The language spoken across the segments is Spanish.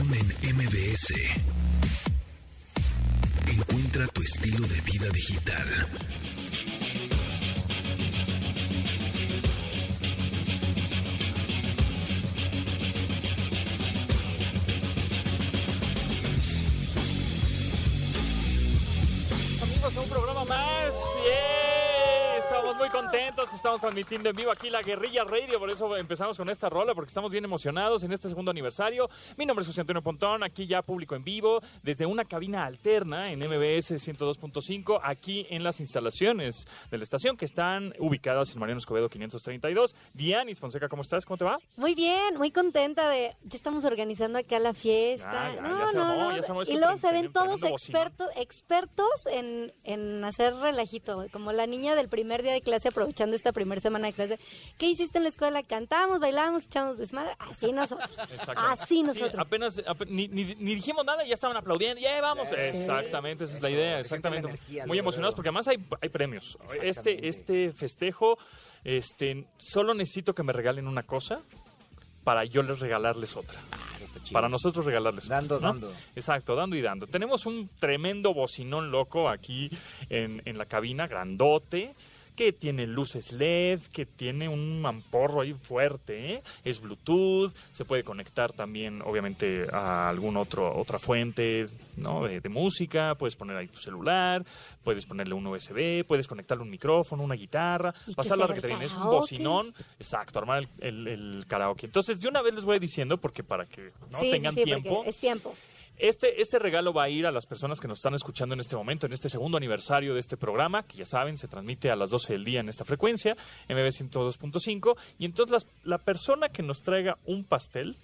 Información en MBS. Encuentra tu estilo de vida digital. Amigos, a un programa más. Estamos muy contentos, estamos transmitiendo en vivo aquí la Guerrilla Radio, por eso empezamos con esta rola, porque estamos bien emocionados en este segundo aniversario. Mi nombre es José Antonio Pontón, aquí ya público en vivo, desde una cabina alterna en MBS 102.5, aquí en las instalaciones de la estación que están ubicadas en Mariano Escobedo 532. Dianis Fonseca, ¿cómo estás? ¿Cómo te va? Muy bien, muy contenta de... Ya estamos organizando acá la fiesta. Ya se armó. Y luego se ven todos expertos en hacer relajito, como la niña del primer día de clase, aprovechando esta primera semana de clase. ¿Qué hiciste en la escuela? Cantamos, bailamos, echamos desmadre. Así nosotros. Así nosotros. Sí, apenas ni dijimos nada y ya estaban aplaudiendo. Ya vamos. Exactamente, esa es la idea. Exactamente. Muy emocionados porque además hay premios. Este festejo, solo necesito que me regalen una cosa para yo regalarles otra. Para nosotros regalarles dando. Exacto, dando y dando. Tenemos un tremendo bocinón loco aquí en la cabina, grandote, que tiene luces LED, que tiene un mamporro ahí fuerte, ¿eh? Es Bluetooth, se puede conectar también, obviamente, a alguna otra fuente, ¿no? de música, puedes poner ahí tu celular, puedes ponerle un USB, puedes conectarle un micrófono, una guitarra, pasar la que viene, es un bocinón, exacto, armar el karaoke. Entonces, de una vez les voy diciendo, porque para que no tengan tiempo. Es tiempo. Este regalo va a ir a las personas que nos están escuchando en este momento, en este segundo aniversario de este programa, que ya saben, se transmite a las 12 del día en esta frecuencia, MB 102.5, y entonces la persona que nos traiga un pastel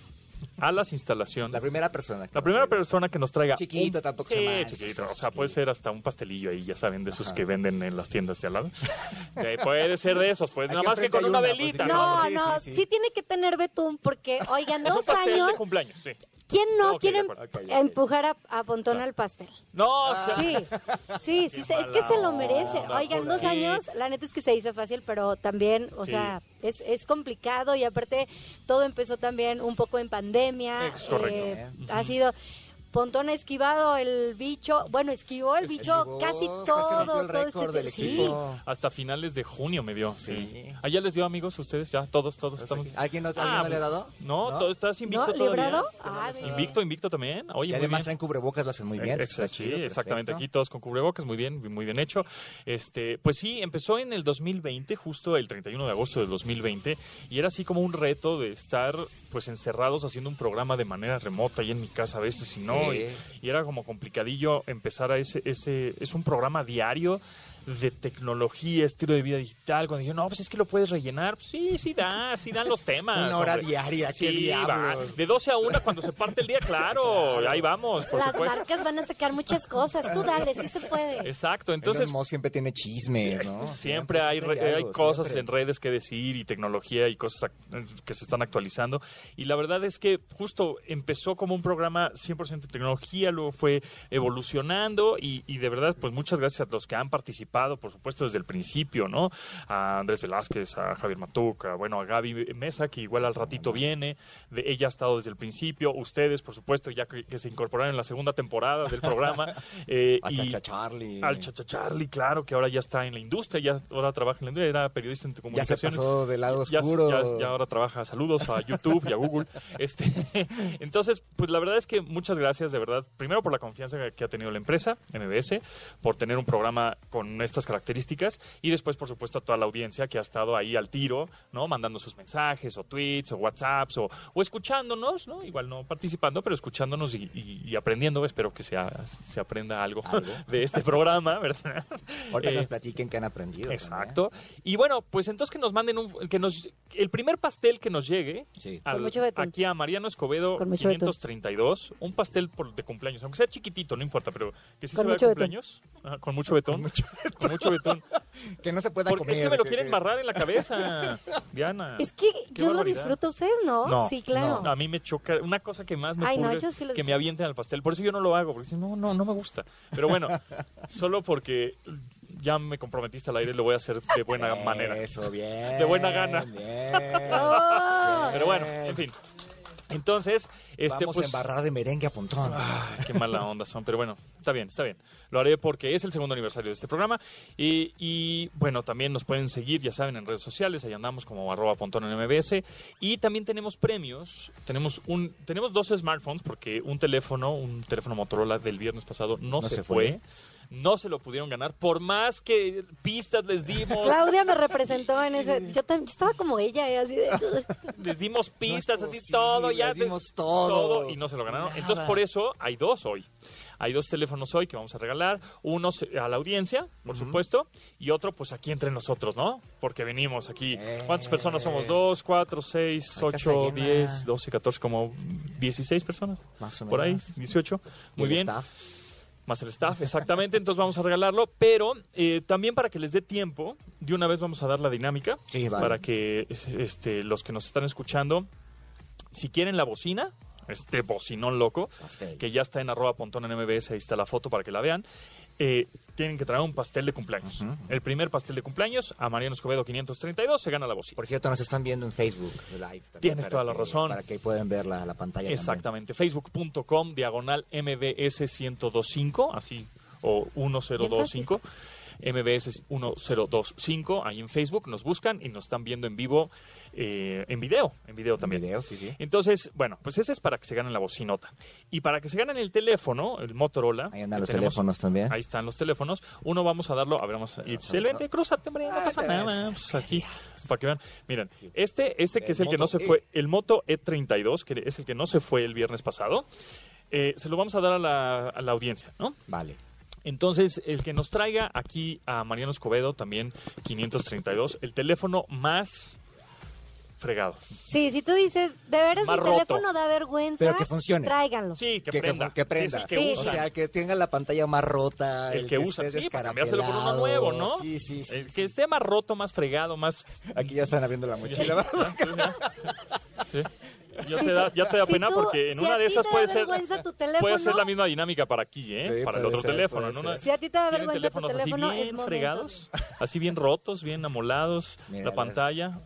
a las instalaciones. La primera persona que nos traiga chiquito, tampoco se llama. Chiquito, o sea, puede ser hasta un pastelillo ahí, ya saben, de esos que venden en las tiendas de al lado. Puede ser de esos, pues nada más que con una velita. No, sí tiene que tener betún, porque, oigan, 2 es un pastel años... de cumpleaños, sí. ¿Quién no quiere empujar a Pontón No. al pastel? No, Sí, es que se lo merece. Oigan, 2 años, la neta es que se hizo fácil, pero también, o sea, es complicado, y aparte todo empezó también un poco en pandemia. Es correcto. Ha sido... Pontón ha esquivado el bicho, esquivó el bicho casi todo. El récord del equipo. Hasta finales de junio me dio, sí. ¿Allá les dio, amigos, ustedes? Ya, todos estamos. ¿Alguien no le ha dado? No, estás invicto ¿No? todavía. ¿Librado? Invicto también. Oye, y muy además bien. traen cubrebocas, lo hacen muy bien. Exactamente, aquí todos con cubrebocas, muy bien hecho. Pues sí, empezó en el 2020, justo el 31 de agosto del 2020, y era así como un reto de estar pues encerrados haciendo un programa de manera remota y en mi casa a veces, y no, y era como complicadillo empezar a es un programa diario de tecnología, estilo de vida digital. Cuando dijeron, no, pues es que lo puedes rellenar. Pues sí dan los temas. Una hora diaria, qué diablos. Va. De 12 a 1 cuando se parte el día, claro. Ahí vamos, por Las supuesto. marcas van a sacar muchas cosas. Tú dale, sí se puede. Exacto, entonces... Elon Musk siempre tiene chismes, ¿no? Siempre hay cosas en redes que decir, y tecnología y cosas que se están actualizando. Y la verdad es que justo empezó como un programa 100% de tecnología, luego fue evolucionando y de verdad, pues muchas gracias a los que han participado, por supuesto, desde el principio, ¿no? A Andrés Velázquez, a Javier Matuca, a Gaby Mesa, que igual al ratito viene. Ella ha estado desde el principio. Ustedes, por supuesto, ya que se incorporaron en la segunda temporada del programa. Chacha Charlie. Al Chacha Charlie, claro, que ahora ya está en la industria, ya ahora trabaja en la industria, era periodista en comunicaciones. Ya se pasó del lado oscuro. Ya ahora trabaja. Saludos a YouTube y a Google. Entonces, pues la verdad es que muchas gracias, de verdad. Primero por la confianza que ha tenido la empresa, MBS, por tener un programa con estas características, y después, por supuesto, a toda la audiencia que ha estado ahí al tiro, ¿no? Mandando sus mensajes, o tweets, o WhatsApps, o escuchándonos, ¿no? Igual no participando, pero escuchándonos y aprendiendo. Espero que se aprenda algo de este programa, ¿verdad? Ahorita que nos platiquen que han aprendido. Exacto. También. Y bueno, pues entonces que nos manden el primer pastel que nos llegue aquí a Mariano Escobedo 532, un pastel de cumpleaños, aunque sea chiquitito, no importa, pero que sí se vea de cumpleaños. Con mucho betún. Con mucho betún. Que no se pueda Porque comer. Es que me lo quieren embarrar en la cabeza, Diana. Es que yo lo disfruto, ¿ustedes no? Sí, claro. No, a mí me choca. Una cosa que más me pudre es que me avienten al pastel. Por eso yo no lo hago, porque no me gusta. Pero bueno, solo porque ya me comprometiste al aire, lo voy a hacer de buena manera. Eso, bien. De buena gana. Bien. Pero bueno, en fin. Entonces, vamos pues, a embarrar de merengue a Pontón. Qué mala onda son, pero bueno, está bien. Lo haré porque es el segundo aniversario de este programa. Y bueno, también nos pueden seguir, ya saben, en redes sociales. Ahí andamos como @Pontón en MBS. Y también tenemos premios. Tenemos 2 smartphones porque un teléfono Motorola del viernes pasado no se fue. No se lo pudieron ganar, por más que pistas les dimos. Claudia me representó en ese. Yo estaba como ella, así de. Les dimos pistas, No es así posible, todo, ya. les dimos todo y no se lo ganaron. Nada. Entonces, por eso hay 2 hoy. Hay 2 teléfonos hoy que vamos a regalar. Uno a la audiencia, por supuesto, y otro, pues aquí entre nosotros, ¿no? Porque venimos aquí. ¿Cuántas personas somos? 2, 4, 6, La casa 8, llena. 10, 12, 14, como 16 personas. Más o Por ahí, menos. 18. ¿Y Muy el bien. staff? Más el staff, exactamente. Entonces vamos a regalarlo, pero también para que les dé tiempo, de una vez vamos a dar la dinámica. Sí, vale. Para que los que nos están escuchando, si quieren la bocina, bocinón loco, Ok. que ya está en @Pontón en MBS, ahí está la foto para que la vean. Tienen que traer un pastel de cumpleaños. El primer pastel de cumpleaños a Mariano Escobedo 532 se gana la bocina. Por cierto, nos están viendo en Facebook Live. también, Tienes para toda la que- razón. Para que puedan ver la pantalla. Exactamente, facebook.com/MBS1025, así, o 1025, MBS 1025, ahí en Facebook, nos buscan y nos están viendo en vivo, en video también. Video, sí. Entonces, bueno, pues ese es para que se ganen la bocinota. Y para que se ganen el teléfono, el Motorola. Ahí andan que los teléfonos también. Ahí están los teléfonos. Uno vamos a darlo, a ver, vamos a... Itzel, vente, crúzate, hombre, no pasa te nada. Pues aquí, para que vean. Miren, este que es el que Moto no se fue, el Moto E32, que es el que no se fue el viernes pasado, se lo vamos a dar a la audiencia, ¿no? Vale. Entonces, el que nos traiga aquí a Mariano Escobedo, también 532, el teléfono más fregado. Sí, si tú dices, de veras Más mi roto. teléfono da vergüenza, Pero que funcione. tráiganlo. Sí, que Que prenda. prenda. Es el que Sí. O usa. sea, que tenga la pantalla más rota. El que usa, esté sí, para cambiárselo por uno descarapelado. nuevo, ¿no? Sí. El que esté más roto, más fregado, más... Aquí ya están abriendo la mochila. Sí. Ya te da Si pena tú- porque en si una a de ti esas te puede da ser vergüenza tu teléfono, la misma dinámica para aquí, Sí, para el puede otro ser, teléfono. puede ¿no? ser. Si a ti te da Tienen vergüenza tu teléfonos teléfono, así es bien momento. fregados, así bien rotos, bien amolados, Mira, la pantalla.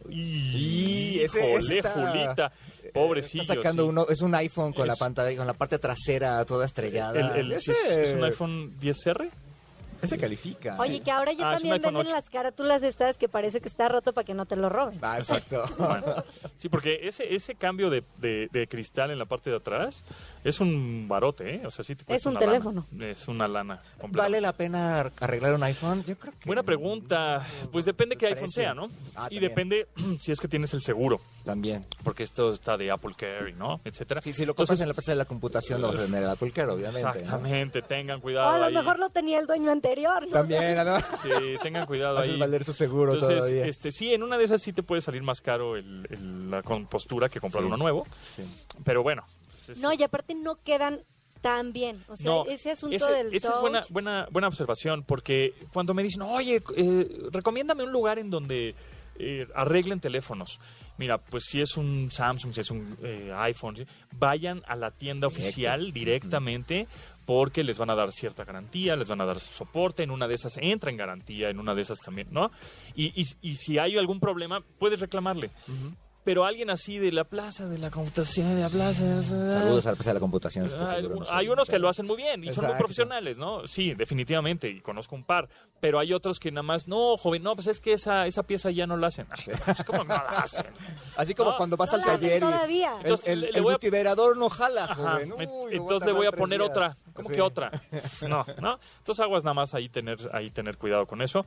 Y ese Híjole, está- Julita, pobrecillo. Está sacando sí. uno, es un iPhone con la Es- pantalla, con la parte trasera toda estrellada. Sí, es un iPhone 10R. Ese califica. Oye, que ahora ya Ah, es un también iPhone venden 8. las carátulas estas que parece que está roto para que no te lo roben. Ah, exacto. Bueno, sí, porque ese cambio de cristal en la parte de atrás es un barote, ¿eh? O sea, sí te cuesta Es un una lana. teléfono. Es una lana completa. ¿Vale la pena arreglar un iPhone? Yo creo que... Buena pregunta. Pues depende qué Me iPhone parece. sea, ¿no? Ah, Y también. depende si es que tienes el seguro, También. porque esto está de Apple Care, ¿no? Etcétera. Sí, si lo compras en la empresa de la computación, lo en el Apple Care, obviamente. ¿no? Exactamente, tengan O cuidado a lo ahí. mejor lo tenía el dueño anterior. ¿no? También, ¿no? Sí, tengan cuidado Haces ahí. valer su seguro Entonces, todavía. sí, en una de esas sí te puede salir más caro la compostura que comprar Sí. uno nuevo. Sí. Pero bueno. Pues No, y aparte no quedan tan bien. O sea, no, ese asunto ese- del esa touch, es buena observación, porque cuando me dicen, oye, recomiéndame un lugar en donde arreglen teléfonos. Mira, pues si es un Samsung, si es un iPhone, ¿sí? Vayan a la tienda oficial directamente porque les van a dar cierta garantía, les van a dar soporte, en una de esas entra en garantía, en una de esas también, ¿no? Y si hay algún problema, puedes reclamarle. Pero alguien así de la plaza, de la computación, de la plaza... Saludos a la empresa de la computación. estoy seguro, no sé. Hay unos que lo hacen muy bien y son muy Exacto. profesionales, ¿no? Sí, definitivamente, y conozco un par. Pero hay otros que nada más, no, joven, no, pues es que esa pieza ya no la hacen. Ay, es como no la hacen. Así como No, cuando vas no al la hacen taller y todavía. Entonces, el le voy a- multiverador no jala, Ajá, joven. entonces le voy a poner otra. ¿Cómo Sí. que otra? No. Entonces aguas nada más ahí tener cuidado con eso.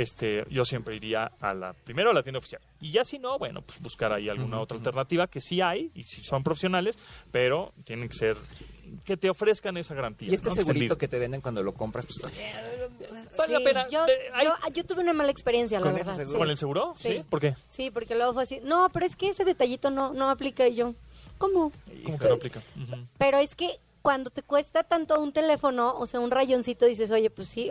Yo siempre iría primero a la tienda oficial. Y ya si no, bueno, pues buscar ahí alguna otra alternativa que sí hay y sí son profesionales, pero tienen que ser que te ofrezcan esa garantía. Y este ¿no? segurito Extendido. que te venden cuando lo compras, pues Vale la Sí, pena. yo tuve una mala experiencia, la ¿Con ese verdad. seguro? sí. ¿Con el seguro? Sí. ¿Sí? ¿Por qué? Sí, porque luego fue así. No, pero es que ese detallito no aplica y yo. ¿Cómo? ¿Cómo que no aplica? Ujú. Pero es que cuando te cuesta tanto un teléfono, o sea, un rayoncito, dices, oye, pues sí,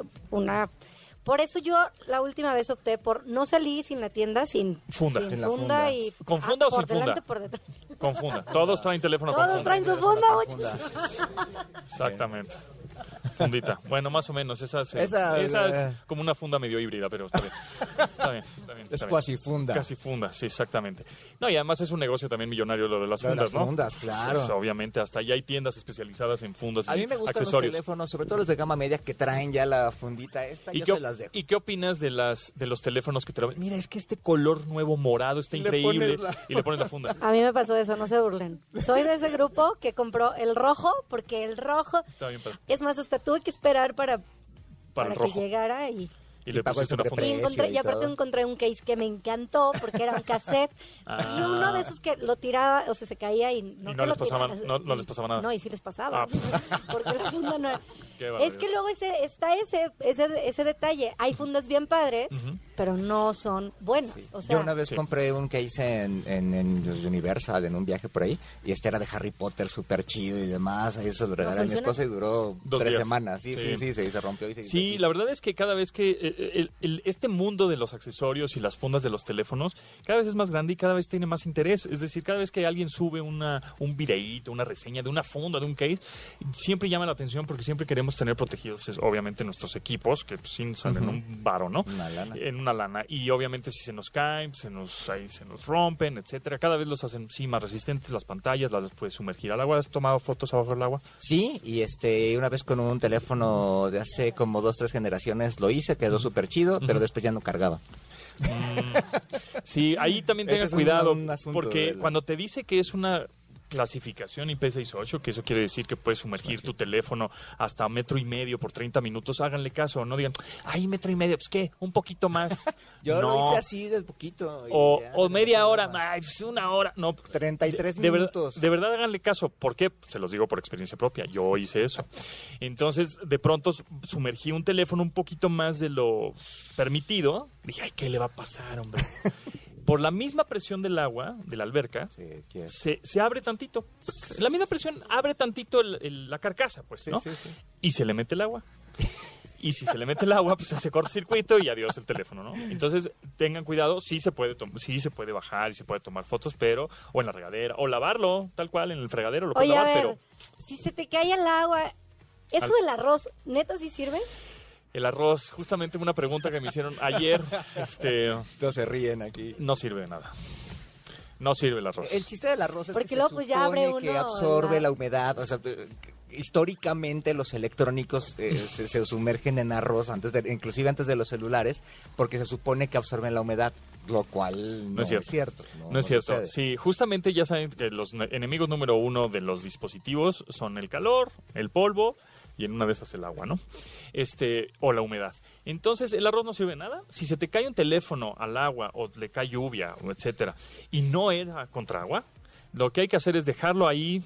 Por eso yo la última vez opté por no salir sin la tienda, sin Funda. sin En la funda funda. y... ¿Con funda o por sin funda? delante, por detrás. Con funda. Todos traen teléfono con Todos funda. traen su funda, Con muchachos. funda. Exactamente. Fundita. Bueno, más o menos. Esa es como una funda medio híbrida, pero está bien. Es cuasi funda. Casi funda, sí, exactamente. No, y además es un negocio también millonario lo de las fundas, ¿no? Fundas, claro. Pues, obviamente, hasta allá hay tiendas especializadas en fundas y A mí me gustan accesorios. los teléfonos, sobre todo los de gama media, que traen ya la fundita esta. ¿Y Yo se las dejo. qué opinas de los teléfonos que te lo ven? Mira, es que este color nuevo morado está Le increíble. pones Y le pones la funda. A mí me pasó eso, no se burlen. Soy de ese grupo que compró el rojo, porque el rojo... Está bien, padre. Es más, hasta tuve que esperar para el que rojo. llegara y Y le pagó pusiste el una funda. sobreprecio. y aparte todo. encontré un case que me encantó porque era un cassette. Y uno de esos que lo tiraba, o sea, se caía y no, Y que no lo les pasaba- tirara, no les pasaba nada. No, y sí les pasaba. Porque la funda no era. Qué barbaridad. Es que luego está ese detalle. Hay fundas bien padres, pero no son buenas. Sí. O sea, Yo una vez compré un case en Universal, en un viaje por ahí, y este era de Harry Potter, súper chido y demás. Ahí se lo regalé a mi funciona? esposa y duró 2 3 días. semanas. Sí, Sí. se rompió y se Sí, la verdad es que cada vez que este mundo de los accesorios y las fundas de los teléfonos cada vez es más grande y cada vez tiene más interés. Es decir, cada vez que alguien sube un videíto, una reseña de una funda, de un case, siempre llama la atención porque siempre queremos tener protegidos, obviamente, nuestros equipos, que pues, sí salen un varo, ¿no? Una lana. En una lana. Y obviamente si se nos caen, se nos rompen, etcétera. Cada vez los hacen más resistentes, las pantallas, las puedes sumergir al agua. ¿Has tomado fotos abajo del agua? Sí, y una vez con un teléfono de hace como 2-3 generaciones lo hice, quedó súper chido, pero después ya no cargaba. Sí, ahí también Ese tengan es cuidado, un asunto porque del- cuando te dice que es una clasificación IP68, que eso quiere decir que puedes sumergir tu teléfono hasta 1.5 metros por 30 minutos, háganle caso, no digan, ay, 1.5 metros, pues qué, un poquito más. Yo No. lo hice así de poquito. y O, ya, o media no, hora, no, ay, pues 1 hora, no. 33 De verdad, minutos. de verdad háganle caso. ¿Por qué? Se los digo por experiencia propia. Yo hice eso. Entonces, de pronto sumergí un teléfono un poquito más de lo permitido. Dije, ay, ¿qué le va a pasar, hombre? Por la misma presión del agua, de la alberca, Sí, quiero. se abre tantito. La misma presión abre tantito la carcasa, pues, Sí, ¿no? sí, sí. Y se le mete el agua. Y si se le mete el agua, pues hace cortocircuito y adiós el teléfono, ¿no? Entonces, tengan cuidado, sí se puede bajar y se puede tomar fotos, pero, o en la regadera, o lavarlo, tal cual, en el fregadero lo puedes oye, a lavar, ver, pero si se te cae el agua, ¿eso Al- del arroz, neta sí sirve? el arroz, justamente una pregunta que me hicieron ayer, Todos se ríen aquí. no sirve de nada. No sirve el arroz. El chiste del arroz es Porque que luego, se pues, supone ya abre uno que absorbe la- la humedad. O sea, históricamente los electrónicos se sumergen en arroz inclusive antes de los celulares, porque se supone que absorben la humedad, lo cual no es cierto. No es cierto. sucede. Sí, justamente ya saben que los enemigos número 1 de los dispositivos son el calor, el polvo y en una de esas el agua, ¿no? O la humedad. Entonces, el arroz no sirve de nada. Si se te cae un teléfono al agua o le cae lluvia, o etcétera, y no era contra agua, lo que hay que hacer es dejarlo ahí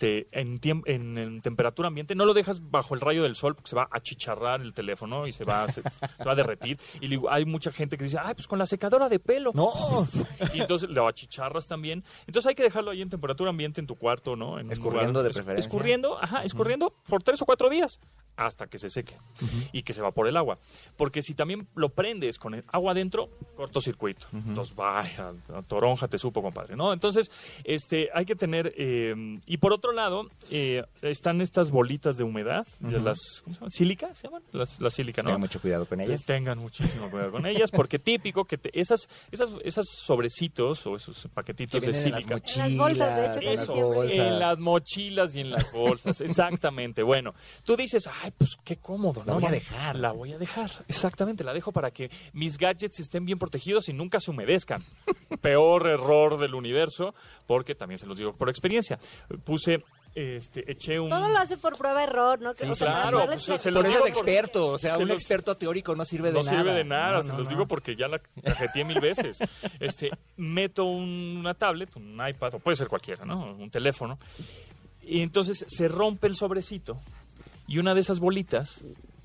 en temperatura ambiente. No lo dejas bajo el rayo del sol porque se va a achicharrar el teléfono y se va a derretir. Y hay mucha gente que dice, ay, pues con la secadora de pelo. ¡No! Y entonces lo achicharras también. Entonces hay que dejarlo ahí en temperatura ambiente en tu cuarto, ¿no? En un Escurriendo lugar- de preferencia. Escurriendo por 3 o 4 días hasta que se seque y que se evapore el agua. Porque si también lo prendes con el agua adentro, cortocircuito. Entonces, vaya, toronja te supo, compadre, ¿no? Entonces, hay que tener... y por otro lado, están estas bolitas de humedad, de las... ¿Cómo se llaman? ¿Sílica? ¿Se llaman? La sílica, ¿no? Tengan mucho cuidado con ellas. Tengan muchísimo cuidado con ellas, porque típico que esas sobrecitos o esos paquetitos Que de vienen en las sílica. En las bolsas, de hecho, mochilas, en las Eso, siempre. bolsas. en las mochilas y en las bolsas, exactamente. Bueno, tú dices, ay, pues qué cómodo, La ¿no? voy a dejar. La voy a dejar, exactamente, la dejo para que mis gadgets estén bien protegidos y nunca se humedezcan. Peor error del universo, porque también se los digo por experiencia. Eché un... Todo lo hace por prueba-error, ¿no? Sí, O sea, claro, no le pues, eche- se lo Por eso digo de experto, o sea, se un los- experto teórico no sirve de no nada. sirve de nada, No, se no, los no. digo porque ya la cajeteé 1000 veces. Meto una tablet, un iPad, o puede ser cualquiera, ¿no? Un teléfono. Y entonces se rompe el sobrecito y una de esas bolitas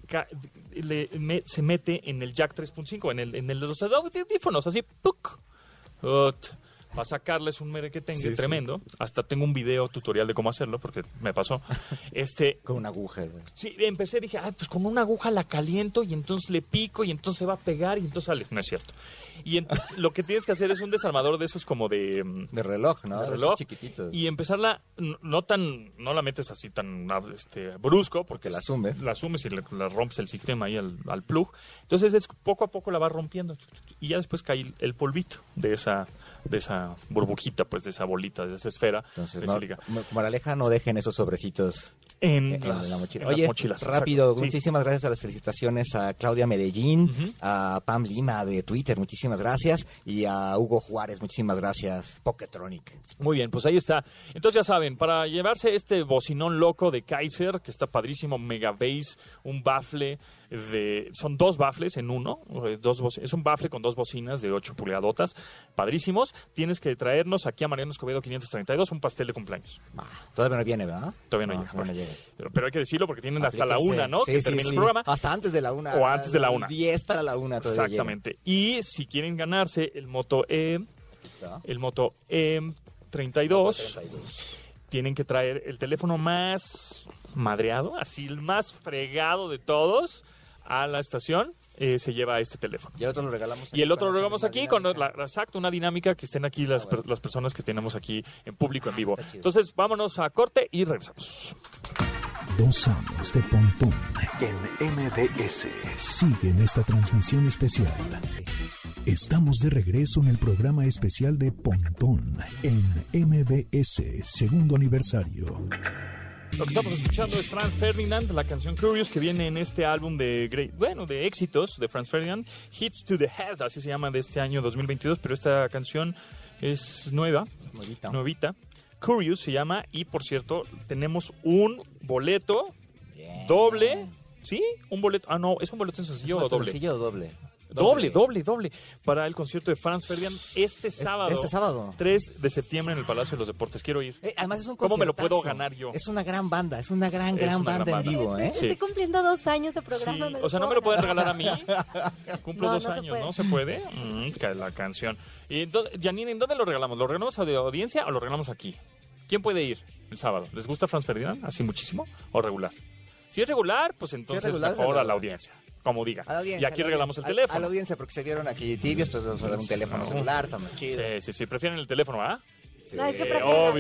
se mete en el jack 3.5, en el de los audífonos, así, ¡puc! va a sacarles un merequetengue Sí, tremendo. Hasta tengo un video tutorial de cómo hacerlo, porque me pasó. Con una aguja. Güey. Sí, empecé, dije, pues con una aguja la caliento y entonces le pico y entonces se va a pegar y entonces sale. No es cierto. Y lo que tienes que hacer es un desarmador de esos como de reloj, ¿no? De reloj. Chiquititos. Y empezarla, no la metes así tan brusco, porque la sumes. La sumes y la rompes el sistema ahí al plug. Entonces es poco a poco la vas rompiendo. Y ya después cae el polvito de esa burbujita, pues de esa bolita, de esa esfera. Entonces, de sílica. moraleja, no dejen esos sobrecitos en la mochila. Oye, las mochilas. rápido, Exacto. muchísimas gracias a las felicitaciones a Claudia Medellín, a Pam Lima de Twitter, muchísimas gracias, y a Hugo Juárez, muchísimas gracias, Poketronic. Muy bien, pues ahí está. Entonces ya saben, para llevarse este bocinón loco de Kaiser, que está padrísimo, Mega Bass, un bafle son 2 bafles en uno, es un bafle con 2 bocinas de 8 pulgadotas, padrísimos. Tienes que traernos aquí a Mariano Escobedo 532 un pastel de cumpleaños. Todavía no viene, ¿verdad? Todavía no llega. Pero hay que decirlo porque tienen hasta la 1, ¿no? Sí, que sí, termina sí. el programa. Hasta antes de la 1. O antes de la 1. 10 para la 1 todavía. Exactamente. Y si quieren ganarse el Moto E32, tienen que traer el teléfono más madreado, así el más fregado de todos, a la estación. Se lleva este teléfono. Y el otro lo regalamos aquí. Y el otro lo regalamos aquí con una dinámica que estén aquí las personas que tenemos aquí en público, en vivo. Entonces, vámonos a corte y regresamos. 2 años de Pontón en MBS. Siguen esta transmisión especial. Estamos de regreso en el programa especial de Pontón en MBS, segundo aniversario. Lo que estamos escuchando es Franz Ferdinand, la canción Curious, que viene en este álbum de éxitos de Franz Ferdinand, Hits to the Head, así se llama, de este año 2022, pero esta canción es nuevita. Curious se llama, y por cierto, tenemos un boleto doble, ¿sí? Un boleto, no, ¿es un boleto en sencillo o doble? ¿Sencillo o doble? Doble, para el concierto de Franz Ferdinand este sábado 3 de septiembre en el Palacio de los Deportes. Quiero ir. Además es un ¿Cómo me lo puedo ganar yo? Es una gran banda, es una gran banda en vivo, ¿eh? Estoy cumpliendo 2 años de programa. Sí. O sea, ¿no me lo pueden regalar a mí? Cumplo 2 años, ¿no se puede? La canción. Y entonces, Janine, ¿en dónde lo regalamos? ¿Lo regalamos a la audiencia o lo regalamos aquí? ¿Quién puede ir el sábado? ¿Les gusta Franz Ferdinand? ¿Así muchísimo? ¿O regular? Si es regular, pues entonces mejor a la audiencia. Como diga. Y aquí regalamos el teléfono. A la audiencia, porque se vieron aquí tibios, entonces vamos a dar un teléfono celular, está más chido. Sí. Prefieren el teléfono, ¿ah? Sí. No, es que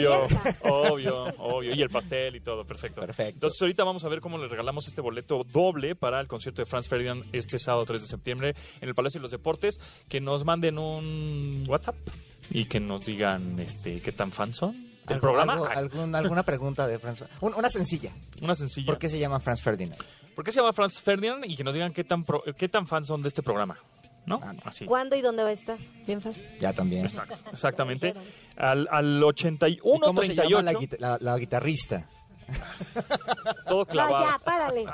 obvio. Y el pastel y todo, perfecto. Entonces ahorita vamos a ver cómo les regalamos este boleto doble para el concierto de Franz Ferdinand este sábado 3 de septiembre en el Palacio de los Deportes. Que nos manden un WhatsApp y que nos digan qué tan fans son del programa. ¿Alguna pregunta de Franz? Una sencilla. ¿Por qué se llama Franz Ferdinand? ¿Por qué se llama Franz Ferdinand? Y que nos digan qué tan fans son de este programa. ¿No? Así. ¿Cuándo y dónde va a estar? Bien fácil. Ya también. Exactamente. Al 81 ¿Cómo 38. se llama la guitarrista? Todo clavado. No, ya, párale.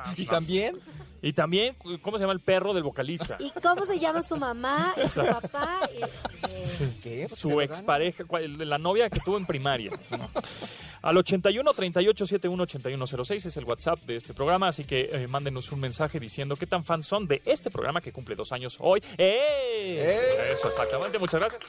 Y también, ¿cómo se llama el perro del vocalista? ¿Y cómo se llama su mamá y su papá? ¿Qué? Su expareja, la novia que tuvo en primaria. Al 81 38 71 81 06 es el WhatsApp de este programa, así que mándenos un mensaje diciendo qué tan fans son de este programa que cumple 2 años hoy. Eso, exactamente, muchas gracias.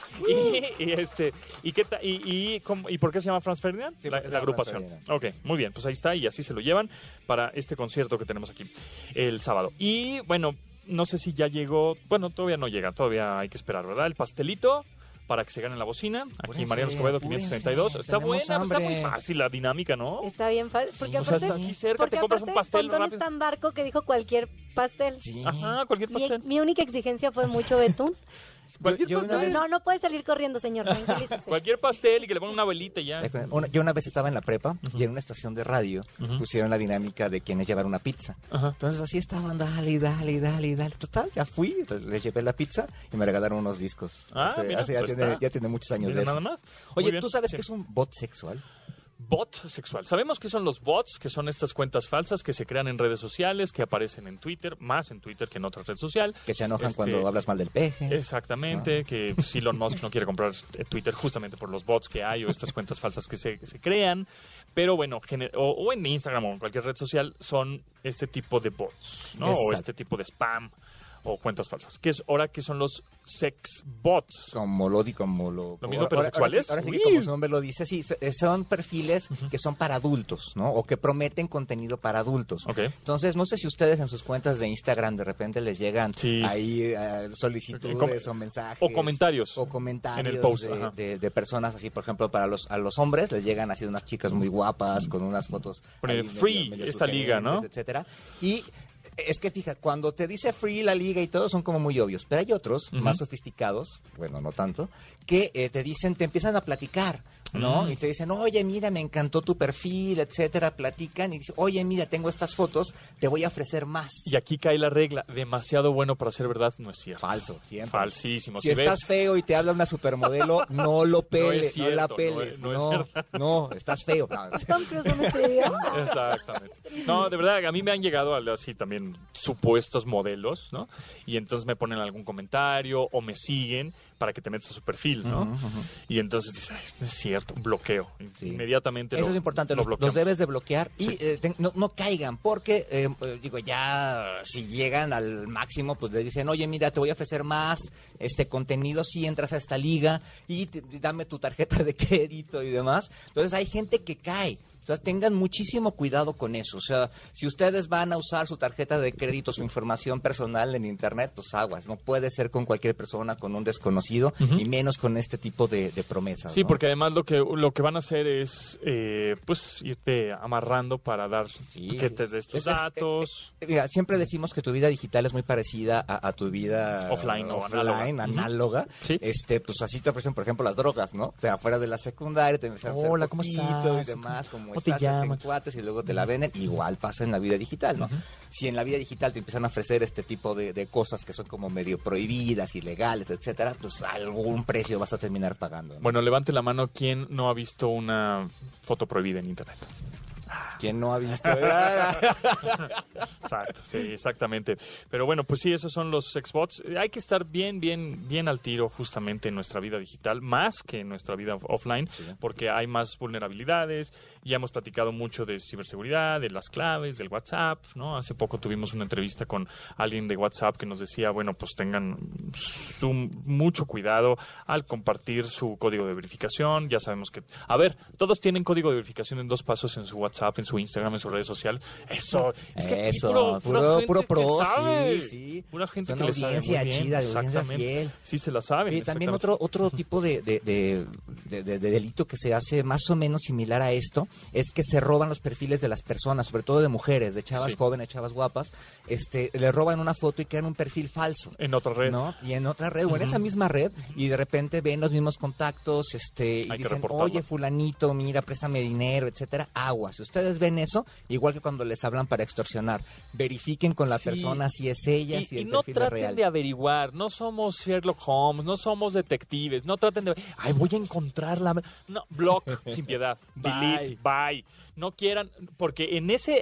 ¿Y por qué se llama Franz Ferdinand? Sí, la agrupación. Ok, muy bien, pues ahí está, y así se lo llevan para este concierto que tenemos aquí el sábado. Y bueno, no sé si ya llegó, bueno, todavía no llega, todavía hay que esperar, ¿verdad? El pastelito para que se gane la bocina. Aquí Mariano Escobedo 532. Está buena, está muy fácil la dinámica, ¿no? Está bien fácil. Porque aparte, está aquí cerca, te compras un pastel rápido. rápido. Es tan barco que dijo cualquier pastel. Sí. Ajá, cualquier pastel. Mi única exigencia fue mucho betún. Cualquier pastel. No puede salir corriendo, señor. Tranquilícese. Cualquier pastel y que le pongan una velita y ya. Yo una vez estaba en la prepa y en una estación de radio pusieron la dinámica de quienes llevar una pizza. Entonces así estaban, dale. Total, ya fui, les llevé la pizza y me regalaron unos discos. Ya tiene muchos años de eso. Nada más. Oye, ¿tú sabes qué es un bot sexual? Bot sexual. Sabemos qué son los bots, que son estas cuentas falsas que se crean en redes sociales, que aparecen en Twitter, más en Twitter que en otra red social. Que se enojan cuando hablas mal del peje. Exactamente, que Elon Musk no quiere comprar Twitter justamente por los bots que hay o estas cuentas falsas que se crean. Pero bueno, o en Instagram o en cualquier red social son este tipo de bots, ¿no? O este tipo de spam o cuentas falsas. ¿Qué es ahora? ¿Qué son los sex bots? Como lo mismo, pero sexuales. Ahora sí que como su nombre lo dice, sí, son perfiles que son para adultos, ¿no? O que prometen contenido para adultos. Okay. Entonces, no sé si ustedes en sus cuentas de Instagram de repente les llegan ahí solicitudes o mensajes. O comentarios. En el post, de personas así, por ejemplo, a los hombres les llegan así unas chicas muy guapas con unas fotos. Pone free medio esta liga, ¿no? Etcétera. Y es que fija, cuando te dice free la liga y todo son como muy obvios, pero hay otros más sofisticados, bueno, no tanto, que te dicen, te empiezan a platicar, ¿no? Y te dicen, oye, mira, me encantó tu perfil, etcétera, platican y dicen, oye, mira, tengo estas fotos, te voy a ofrecer más. Y aquí cae la regla, demasiado bueno para ser verdad, no es cierto. Falso, siempre. Falsísimo. Si estás feo y te habla una supermodelo, no lo peles, no la peles. No, estás feo. Tom Cruise no me escribió. Exactamente. No, de verdad, a mí me han llegado así también supuestos modelos, ¿no? Y entonces me ponen algún comentario o me siguen para que te metas a su perfil, ¿no? Y entonces dices, no es cierto, bloqueo. Sí. Inmediatamente eso es importante, los debes de bloquear y no caigan, porque, digo, ya si llegan al máximo, pues le dicen, oye, mira, te voy a ofrecer más contenido si entras a esta liga y dame tu tarjeta de crédito y demás. Entonces hay gente que cae. O sea, tengan muchísimo cuidado con eso. O sea, si ustedes van a usar su tarjeta de crédito, su información personal en Internet, pues aguas. No puede ser con cualquier persona, con un desconocido, y menos con este tipo de promesas. Sí, ¿no? porque además lo que van a hacer es, pues, irte amarrando para dar que te des tus datos. Mira, siempre decimos que tu vida digital es muy parecida a tu vida offline análoga. ¿Sí? Pues así te ofrecen, por ejemplo, las drogas, ¿no? Te afuera de la secundaria, te empiezan a hacer hola, ¿cómo estás? Y demás, como ¿cómo te llamas? Cuates y luego te la venden, igual pasa en la vida digital, ¿no? Si en la vida digital te empiezan a ofrecer este tipo de cosas que son como medio prohibidas, ilegales, etcétera, pues algún precio vas a terminar pagando, ¿no? Bueno, levante la mano quien no ha visto una foto prohibida en Internet. ¿Quién no ha visto? Exacto, sí, exactamente. Pero bueno, pues sí, esos son los sexbots. Hay que estar bien al tiro justamente en nuestra vida digital, más que en nuestra vida offline, porque hay más vulnerabilidades. Ya hemos platicado mucho de ciberseguridad, de las claves, del WhatsApp, ¿no? Hace poco tuvimos una entrevista con alguien de WhatsApp que nos decía, bueno, pues tengan mucho cuidado al compartir su código de verificación. Ya sabemos que, a ver, todos tienen código de verificación en 2 pasos en su WhatsApp, en su Instagram, en su red social. Eso. Es que aquí puro pro, sí. Pura gente son que le sabe muy bien. Chida, exactamente. Fiel. Sí, se la saben. Y también otro tipo de delito que se hace más o menos similar a esto es que se roban los perfiles de las personas, sobre todo de mujeres, de chavas jóvenes, chavas guapas. Le roban una foto y crean un perfil falso. En otra red. ¿No? Y en otra red, o en esa misma red, y de repente ven los mismos contactos, y dicen, oye, fulanito, mira, préstame dinero, etcétera. Agua. Si ustedes ven eso, igual que cuando les hablan para extorsionar, verifiquen con la persona si es ella, si el no perfil es real. No traten de averiguar, no somos Sherlock Holmes, no somos detectives, no traten de, voy a encontrarla. No, block, sin piedad, delete, bye. No quieran, porque en esa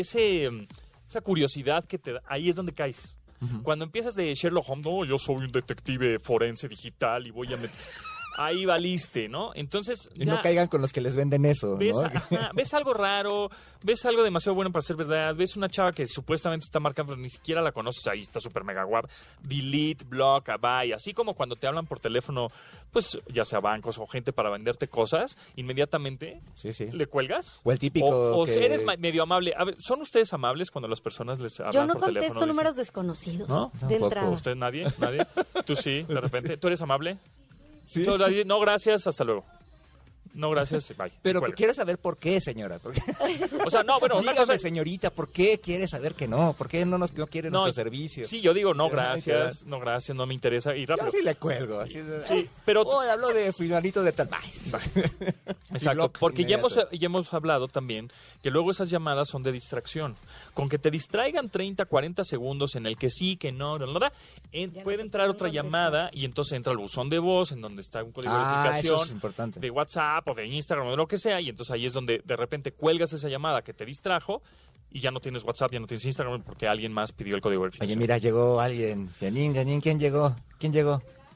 curiosidad que te da, ahí es donde caes. Cuando empiezas de Sherlock Holmes, no, yo soy un detective forense digital y voy a meter... Ahí valiste, ¿no? Entonces... Y no caigan con los que les venden eso, ves algo raro, ves algo demasiado bueno para ser verdad, ves una chava que supuestamente está marcando, pero ni siquiera la conoces, ahí está súper mega guapa. Delete, block, bye. Así como cuando te hablan por teléfono, pues ya sea bancos o gente para venderte cosas, inmediatamente le cuelgas. O el típico o eres medio amable. A ver, ¿son ustedes amables cuando las personas les hablan por teléfono? Yo no contesto números desconocidos. ¿No? De entrada. ¿Usted nadie? ¿Tú sí, de repente? ¿Tú eres amable? Sí. No, gracias, hasta luego. No, gracias, bye. Pero quiero saber por qué, señora. O sea, no, bueno, dígame, cosa... señorita, ¿por qué quiere saber que no? ¿Por qué no quiere nuestro servicio? Sí, yo digo, no, gracias, no me interesa. Y rápido. Yo sí le cuelgo. Así, sí, pero... hablo de fulanito de tal. Exacto, porque ya hemos hablado también que luego esas llamadas son de distracción. Con que te distraigan 30, 40 segundos en el que sí, que no, puede entrar otra llamada y entonces entra el buzón de voz en donde está un código de verificación eso es importante. De WhatsApp o de Instagram o de lo que sea, y entonces ahí es donde de repente cuelgas esa llamada que te distrajo y ya no tienes WhatsApp, ya no tienes Instagram porque alguien más pidió el código de verificación. Oye, mira, llegó alguien. Janine, ¿quién llegó?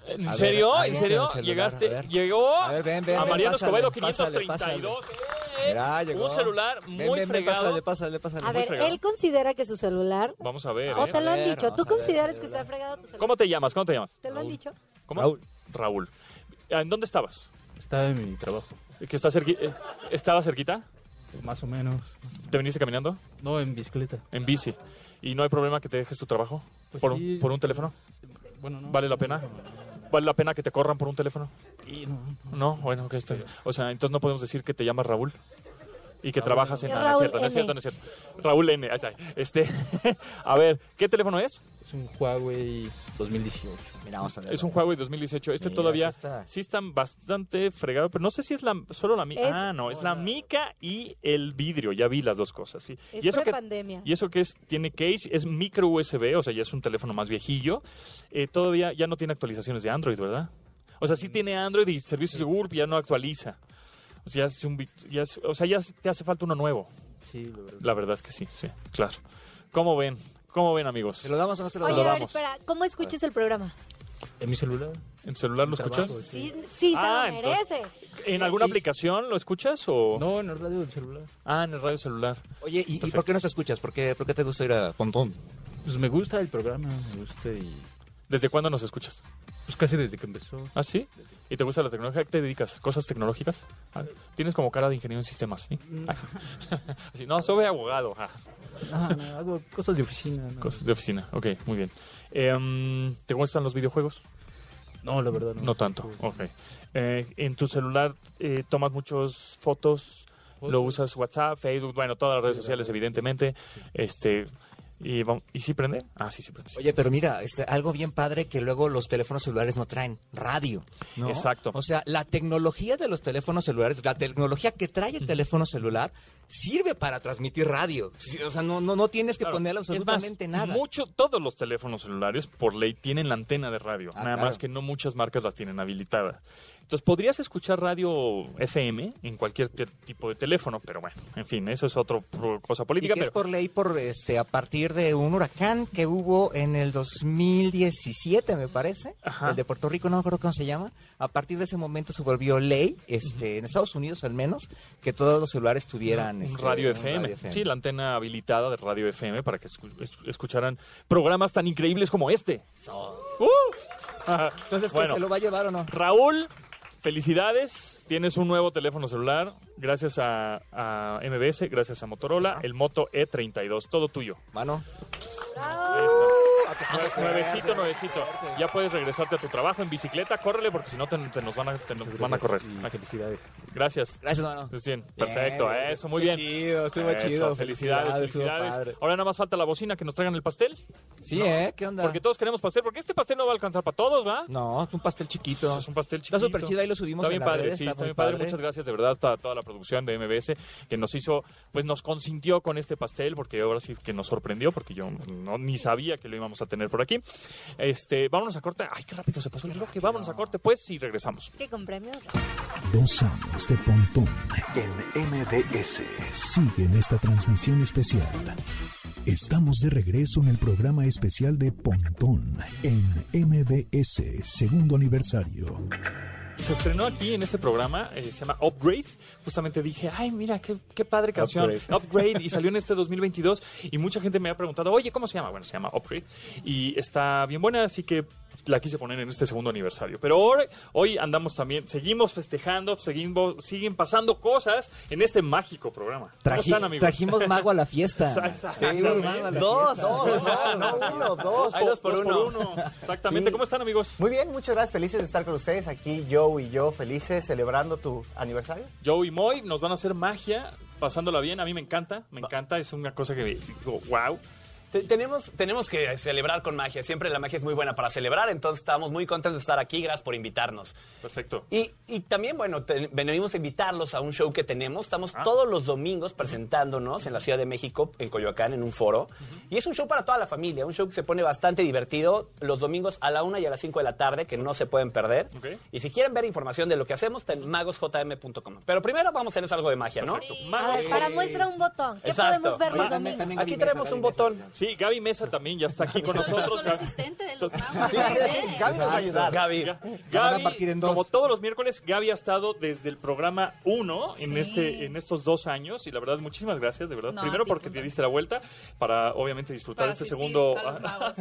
¿En serio? ver, ¿En serio? celular, ¿Llegaste? a ver. Llegó A ver, ven, a Mariano pásale, Escobedo pásale, 532. Mira, llegó. Un celular muy fregado. Pásale. A ver, él considera que su celular... Vamos a ver. O te lo han dicho. ¿Tú vamos a ver, consideras que celular. está fregado tu celular? ¿Cómo te llamas? ¿Te lo han dicho? ¿Cómo? Raúl. ¿En dónde estabas? Estaba en mi trabajo. ¿Que está ¿Estaba cerquita? Más o menos. ¿Te viniste caminando? No, en bicicleta. En bici. ¿Y no hay problema que te dejes tu trabajo? Pues ¿Por, sí. ¿Por un teléfono? Bueno, no. ¿Vale la pena? ¿Vale la pena que te corran por un teléfono? Y no. No, bueno, que estoy. O sea, entonces no podemos decir que te llamas Raúl y que trabajas en... Raúl No es cierto. Raúl N. O sea, a ver, ¿qué teléfono es? Es un Huawei 2018. Mira, vamos a ver. Es un Huawei 2018. Mira, Todavía sí está. están bastante fregados, pero no sé si es solo la mica. Es- Ah, no, es la mica y el vidrio. Ya vi las dos cosas, sí. Es Y eso que pre-pandemia. Y eso que tiene case, es micro USB, o sea, ya es un teléfono más viejillo. Todavía ya no tiene actualizaciones de Android, ¿verdad? O sea, sí tiene Android y servicios de Google, pero ya no actualiza. O sea, ya te hace falta uno nuevo. Sí, la verdad. La verdad que sí, claro. ¿Cómo ven? ¿Cómo ven, amigos? ¿Se lo damos o no se lo Oye, damos? a ver, espera. ¿Cómo escuchas el programa? ¿En mi celular? ¿En celular lo escuchas? Trabajo, Sí, sí, se Ah, lo merece. ¿En alguna aplicación lo escuchas o...? No, en el radio del celular. Ah, en el radio celular. Oye, ¿y Perfecto. por qué nos escuchas? ¿Por qué te gusta ir a Pontón? Pues me gusta el programa, me gusta y... ¿Desde cuándo nos escuchas? Pues casi desde que empezó. ¿Ah, sí? ¿Y te gusta la tecnología? ¿A qué te dedicas? ¿Cosas tecnológicas? Ah, tienes como cara de ingeniero en sistemas, ¿sí? Así. Así, no, soy abogado. Ah, No, hago cosas de oficina. No, cosas de oficina. Ok, muy bien. ¿Te gustan los videojuegos? no la verdad no. No tanto. Ok. ¿En tu celular tomas muchas fotos? ¿Lo usas WhatsApp, Facebook? Bueno, todas las redes sociales, evidentemente. ¿Y sí prende? Ah, sí prende. Sí. Oye, pero mira, algo bien padre que luego los teléfonos celulares no traen, radio, ¿no? Exacto. O sea, la tecnología de los teléfonos celulares, la tecnología que trae el teléfono celular, sirve para transmitir radio. Sí, o sea, no tienes que Claro. ponerle absolutamente Es más, nada. todos los teléfonos celulares, por ley, tienen la antena de radio. Ah, Nada claro. más que no muchas marcas la tienen habilitada. Entonces, podrías escuchar radio FM en cualquier tipo de teléfono, pero bueno, en fin, eso es otra cosa Y política. que es Pero por ley, a partir de un huracán que hubo en el 2017, me parece, Ajá. el de Puerto Rico, no me acuerdo cómo se llama. A partir de ese momento se volvió ley, en Estados Unidos al menos, que todos los celulares tuvieran un radio FM. Sí, la antena habilitada de radio FM para que escucharan programas tan increíbles como este. Entonces, ¿qué, Bueno. se lo va a llevar o no? Raúl, felicidades. Tienes un nuevo teléfono celular gracias a MBS, gracias a Motorola, el Moto E32. Todo tuyo. Mano. Ahí está. Nuevecito. Ya puedes regresarte a tu trabajo en bicicleta. Córrele porque si no te nos van a correr. Y felicidades. Gracias. Gracias, mano. Estás bien. Perfecto. Bien, Eso, muy qué bien. chido, estuvo Eso, chido. Felicidades. Estuvo padre. Ahora nada más falta la bocina que nos traigan el pastel. Sí, ¿qué onda? Porque todos queremos pastel. Porque este pastel no va a alcanzar para todos, ¿va? No, es un pastel chiquito. Es un pastel chiquito. Está súper chido, ahí lo subimos Está en bien las padre, redes, sí, está está muy bien padre. padre. Muchas gracias de verdad a toda la producción de MBS que nos hizo, pues nos consintió con este pastel porque ahora sí que nos sorprendió porque yo ni sabía que lo íbamos a tener por aquí. Vámonos a corte. Ay, qué rápido se pasó el bloque. Vámonos a corte pues y regresamos. Es que con premios. 2 años de Pontón en MBS. Siguen esta transmisión especial. Estamos de regreso en el programa especial de Pontón en MBS, segundo aniversario. Se estrenó aquí en este programa, se llama Upgrade. Justamente dije, ay, mira, qué padre canción. Upgrade. Y salió en este 2022. Y mucha gente me ha preguntado, oye, ¿cómo se llama? Bueno, se llama Upgrade. Y está bien buena, así que la quise poner en este segundo aniversario. Pero hoy andamos también, seguimos festejando, siguen pasando cosas en este mágico programa. ¿Cómo están, amigos? Trajimos mago a la fiesta. Exactamente. Sí, mago a la Dos, fiesta. no uno, dos. Hay dos por uno. Exactamente. Sí. ¿Cómo están, amigos? Muy bien, muchas gracias, felices de estar con ustedes aquí, Joe y yo, felices celebrando tu aniversario. Joe y Moy nos van a hacer magia, pasándola bien. A mí me encanta, es una cosa que digo, wow. Tenemos que celebrar con magia. Siempre la magia es muy buena para celebrar, entonces estamos muy contentos de estar aquí. Gracias por invitarnos. Perfecto. Y también, bueno, venimos a invitarlos a un show que tenemos. Estamos todos los domingos presentándonos en la Ciudad de México, en Coyoacán, en un foro. Y es un show para toda la familia, un show que se pone bastante divertido los domingos a la 1 y a las 5 de la tarde, que no se pueden perder. Okay. Y si quieren ver información de lo que hacemos, está en magosjm.com. Pero primero vamos a hacer algo de magia, ¿no? Perfecto. A ver, para muestra un botón. ¿Qué Exacto. podemos ver los También domingos? Aquí adivina tenemos esa, un adivina botón. esa. Sí, Gaby Mesa también ya está aquí con nosotros. Soy asistente de los magos. Sí, Gaby nos va a ayudar. Gaby. van a partir en dos. Como todos los miércoles, Gaby ha estado desde el programa 1 Sí. en estos 2 años. Y la verdad, muchísimas gracias, de verdad. No, Primero a ti, porque punto. te diste la vuelta para, obviamente, disfrutar Para este asistir segundo... a los magos.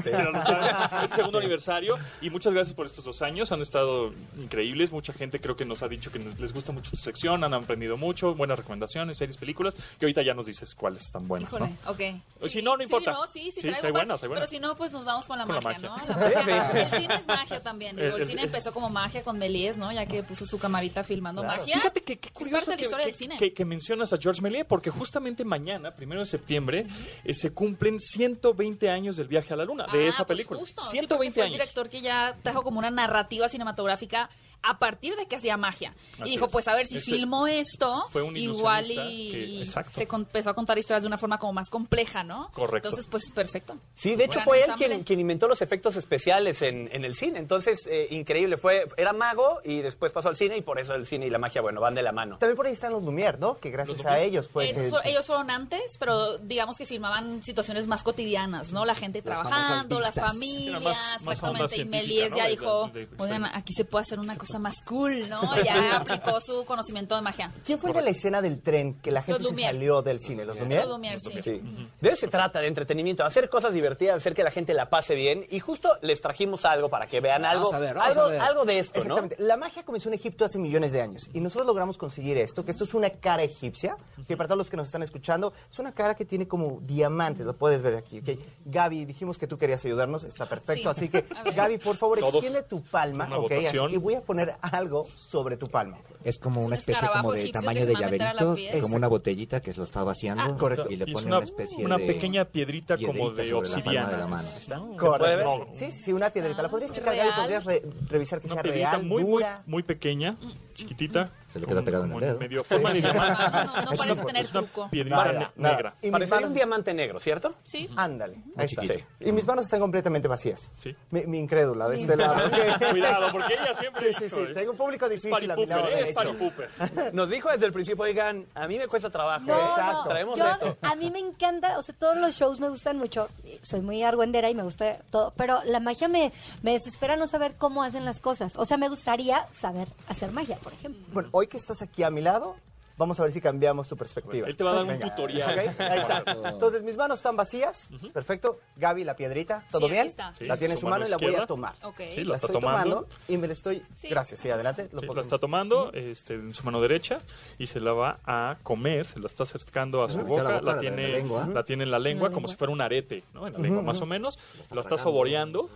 este segundo aniversario. Y muchas gracias por estos 2 años. Han estado increíbles. Mucha gente creo que nos ha dicho que les gusta mucho tu sección. Han aprendido mucho. Buenas recomendaciones, series, películas. Que ahorita ya nos dices cuáles están buenas, Híjole, ¿no? ok. O si no, no importa. Sí, Sí, traigo hay par, buenas, hay buenas. Pero si no, pues nos vamos con la Con la magia, magia. ¿no? El cine es magia también. Digo, el El- cine empezó como magia con Méliès, ¿no? Ya que puso su camarita filmando magia. Fíjate que qué Es curioso parte de la historia del cine. que mencionas a Georges Méliès, porque justamente mañana, 1 de septiembre, se cumplen 120 años del viaje a la luna, de esa pues película. justo. Sí, 120 porque fue años. el director que ya trajo como una narrativa cinematográfica a partir de que hacía magia. Así Y dijo, es. pues a ver, si Ese filmo esto, fue un igual ilusionista y que- exacto. empezó a contar historias de una forma como más compleja, ¿no? Correcto. Entonces, pues perfecto. Sí, de hecho Gran fue él ensamble. quien inventó los efectos especiales en el cine. Entonces, increíble. Era mago y después pasó al cine y por eso el cine y la magia, bueno, van de la mano. También por ahí están los Lumière, ¿no? Que gracias a ellos, pues... Ellos fueron antes, pero digamos que filmaban situaciones más cotidianas, ¿no? La gente Las trabajando, las famosas familias, Era más onda exactamente. Y científica, Méliès ¿no? ya De- dijo, de- oigan, aquí se puede hacer una cosa más cool, ¿no? Ya aplicó su conocimiento de magia. ¿Quién fue el de la escena del tren que la gente Los se Lumière. salió del cine? ¿Los Lumière? Los Lumière, sí. Sí. De eso se trata, de entretenimiento, hacer cosas divertidas, hacer que la gente la pase bien. Y justo les trajimos algo para que vean algo, Vamos a ver. algo de esto, ¿no? Exactamente. La magia comenzó en Egipto hace millones de años y nosotros logramos conseguir esto, que esto es una cara egipcia, que para todos los que nos están escuchando, es una cara que tiene como diamantes, lo puedes ver aquí, ¿ok? Gaby, dijimos que tú querías ayudarnos, está perfecto, Sí. así que A ver. Gaby, por favor, Todos extiende tu palma, una ¿ok? votación. Y voy a poner algo sobre tu palma. Es como Es una un especie escarabajo como de egipcio tamaño que de se va a meter a la llaverito, piel. como una botellita que se lo está vaciando correcto. y le Y es pone una, una especie una de pequeña piedrita como piedrita de sobre la palma obsidiana. de la mano. ¿No? Correcto. puede ver? Sí, sí, una piedrita. ¿La podrías checar, ¿Real? Gaby? ¿Podrías revisar que Una sea piedrita real, muy, muy, dura? muy pequeña, chiquitita. Se le queda pegado en el como dedo. medio forma de diamante. No parece tener Es una truco. piedrita Nada, nada. negra. Y mis Parecería manos... un diamante negro, ¿cierto? Sí. Ándale, ahí está. chiquito. Y mis manos están completamente vacías. Sí. Mi incrédula de este lado. ¿ok? Cuidado, porque ella siempre... Sí, sí, sí. hijo, es- Tengo un público es difícil a mi lado paripuper, es derecho. paripuper. Nos dijo desde el principio, oigan, a mí me cuesta trabajo. No, Exacto. no. Traemos Yo, reto. a mí me encanta, o sea, todos los shows me gustan mucho. Soy muy argüendera y me gusta todo, pero la magia me desespera no saber cómo hacen las cosas. O sea, me gustaría saber hacer magia, por ejemplo. Bueno, hoy que estás aquí a mi lado, vamos a ver si cambiamos tu perspectiva. Él te va a dar un Venga. tutorial. Ok, ahí está. Entonces, mis manos están vacías. Perfecto. Gaby, la piedrita, ¿todo Sí, bien? aquí está. Sí, La tiene en su su mano mano y la voy a izquierda. tomar. Ok. Sí, La la está estoy tomando. y me la estoy... Sí. Gracias, sí, adelante. Lo Sí, pongo. la está tomando en su mano derecha y se la va a comer, se la está acercando a su Ujú, ya la boca, boca, la tiene, la lengua. la tiene en la lengua como si fuera un arete, ¿no? En la lengua más o menos, lo está saboreando.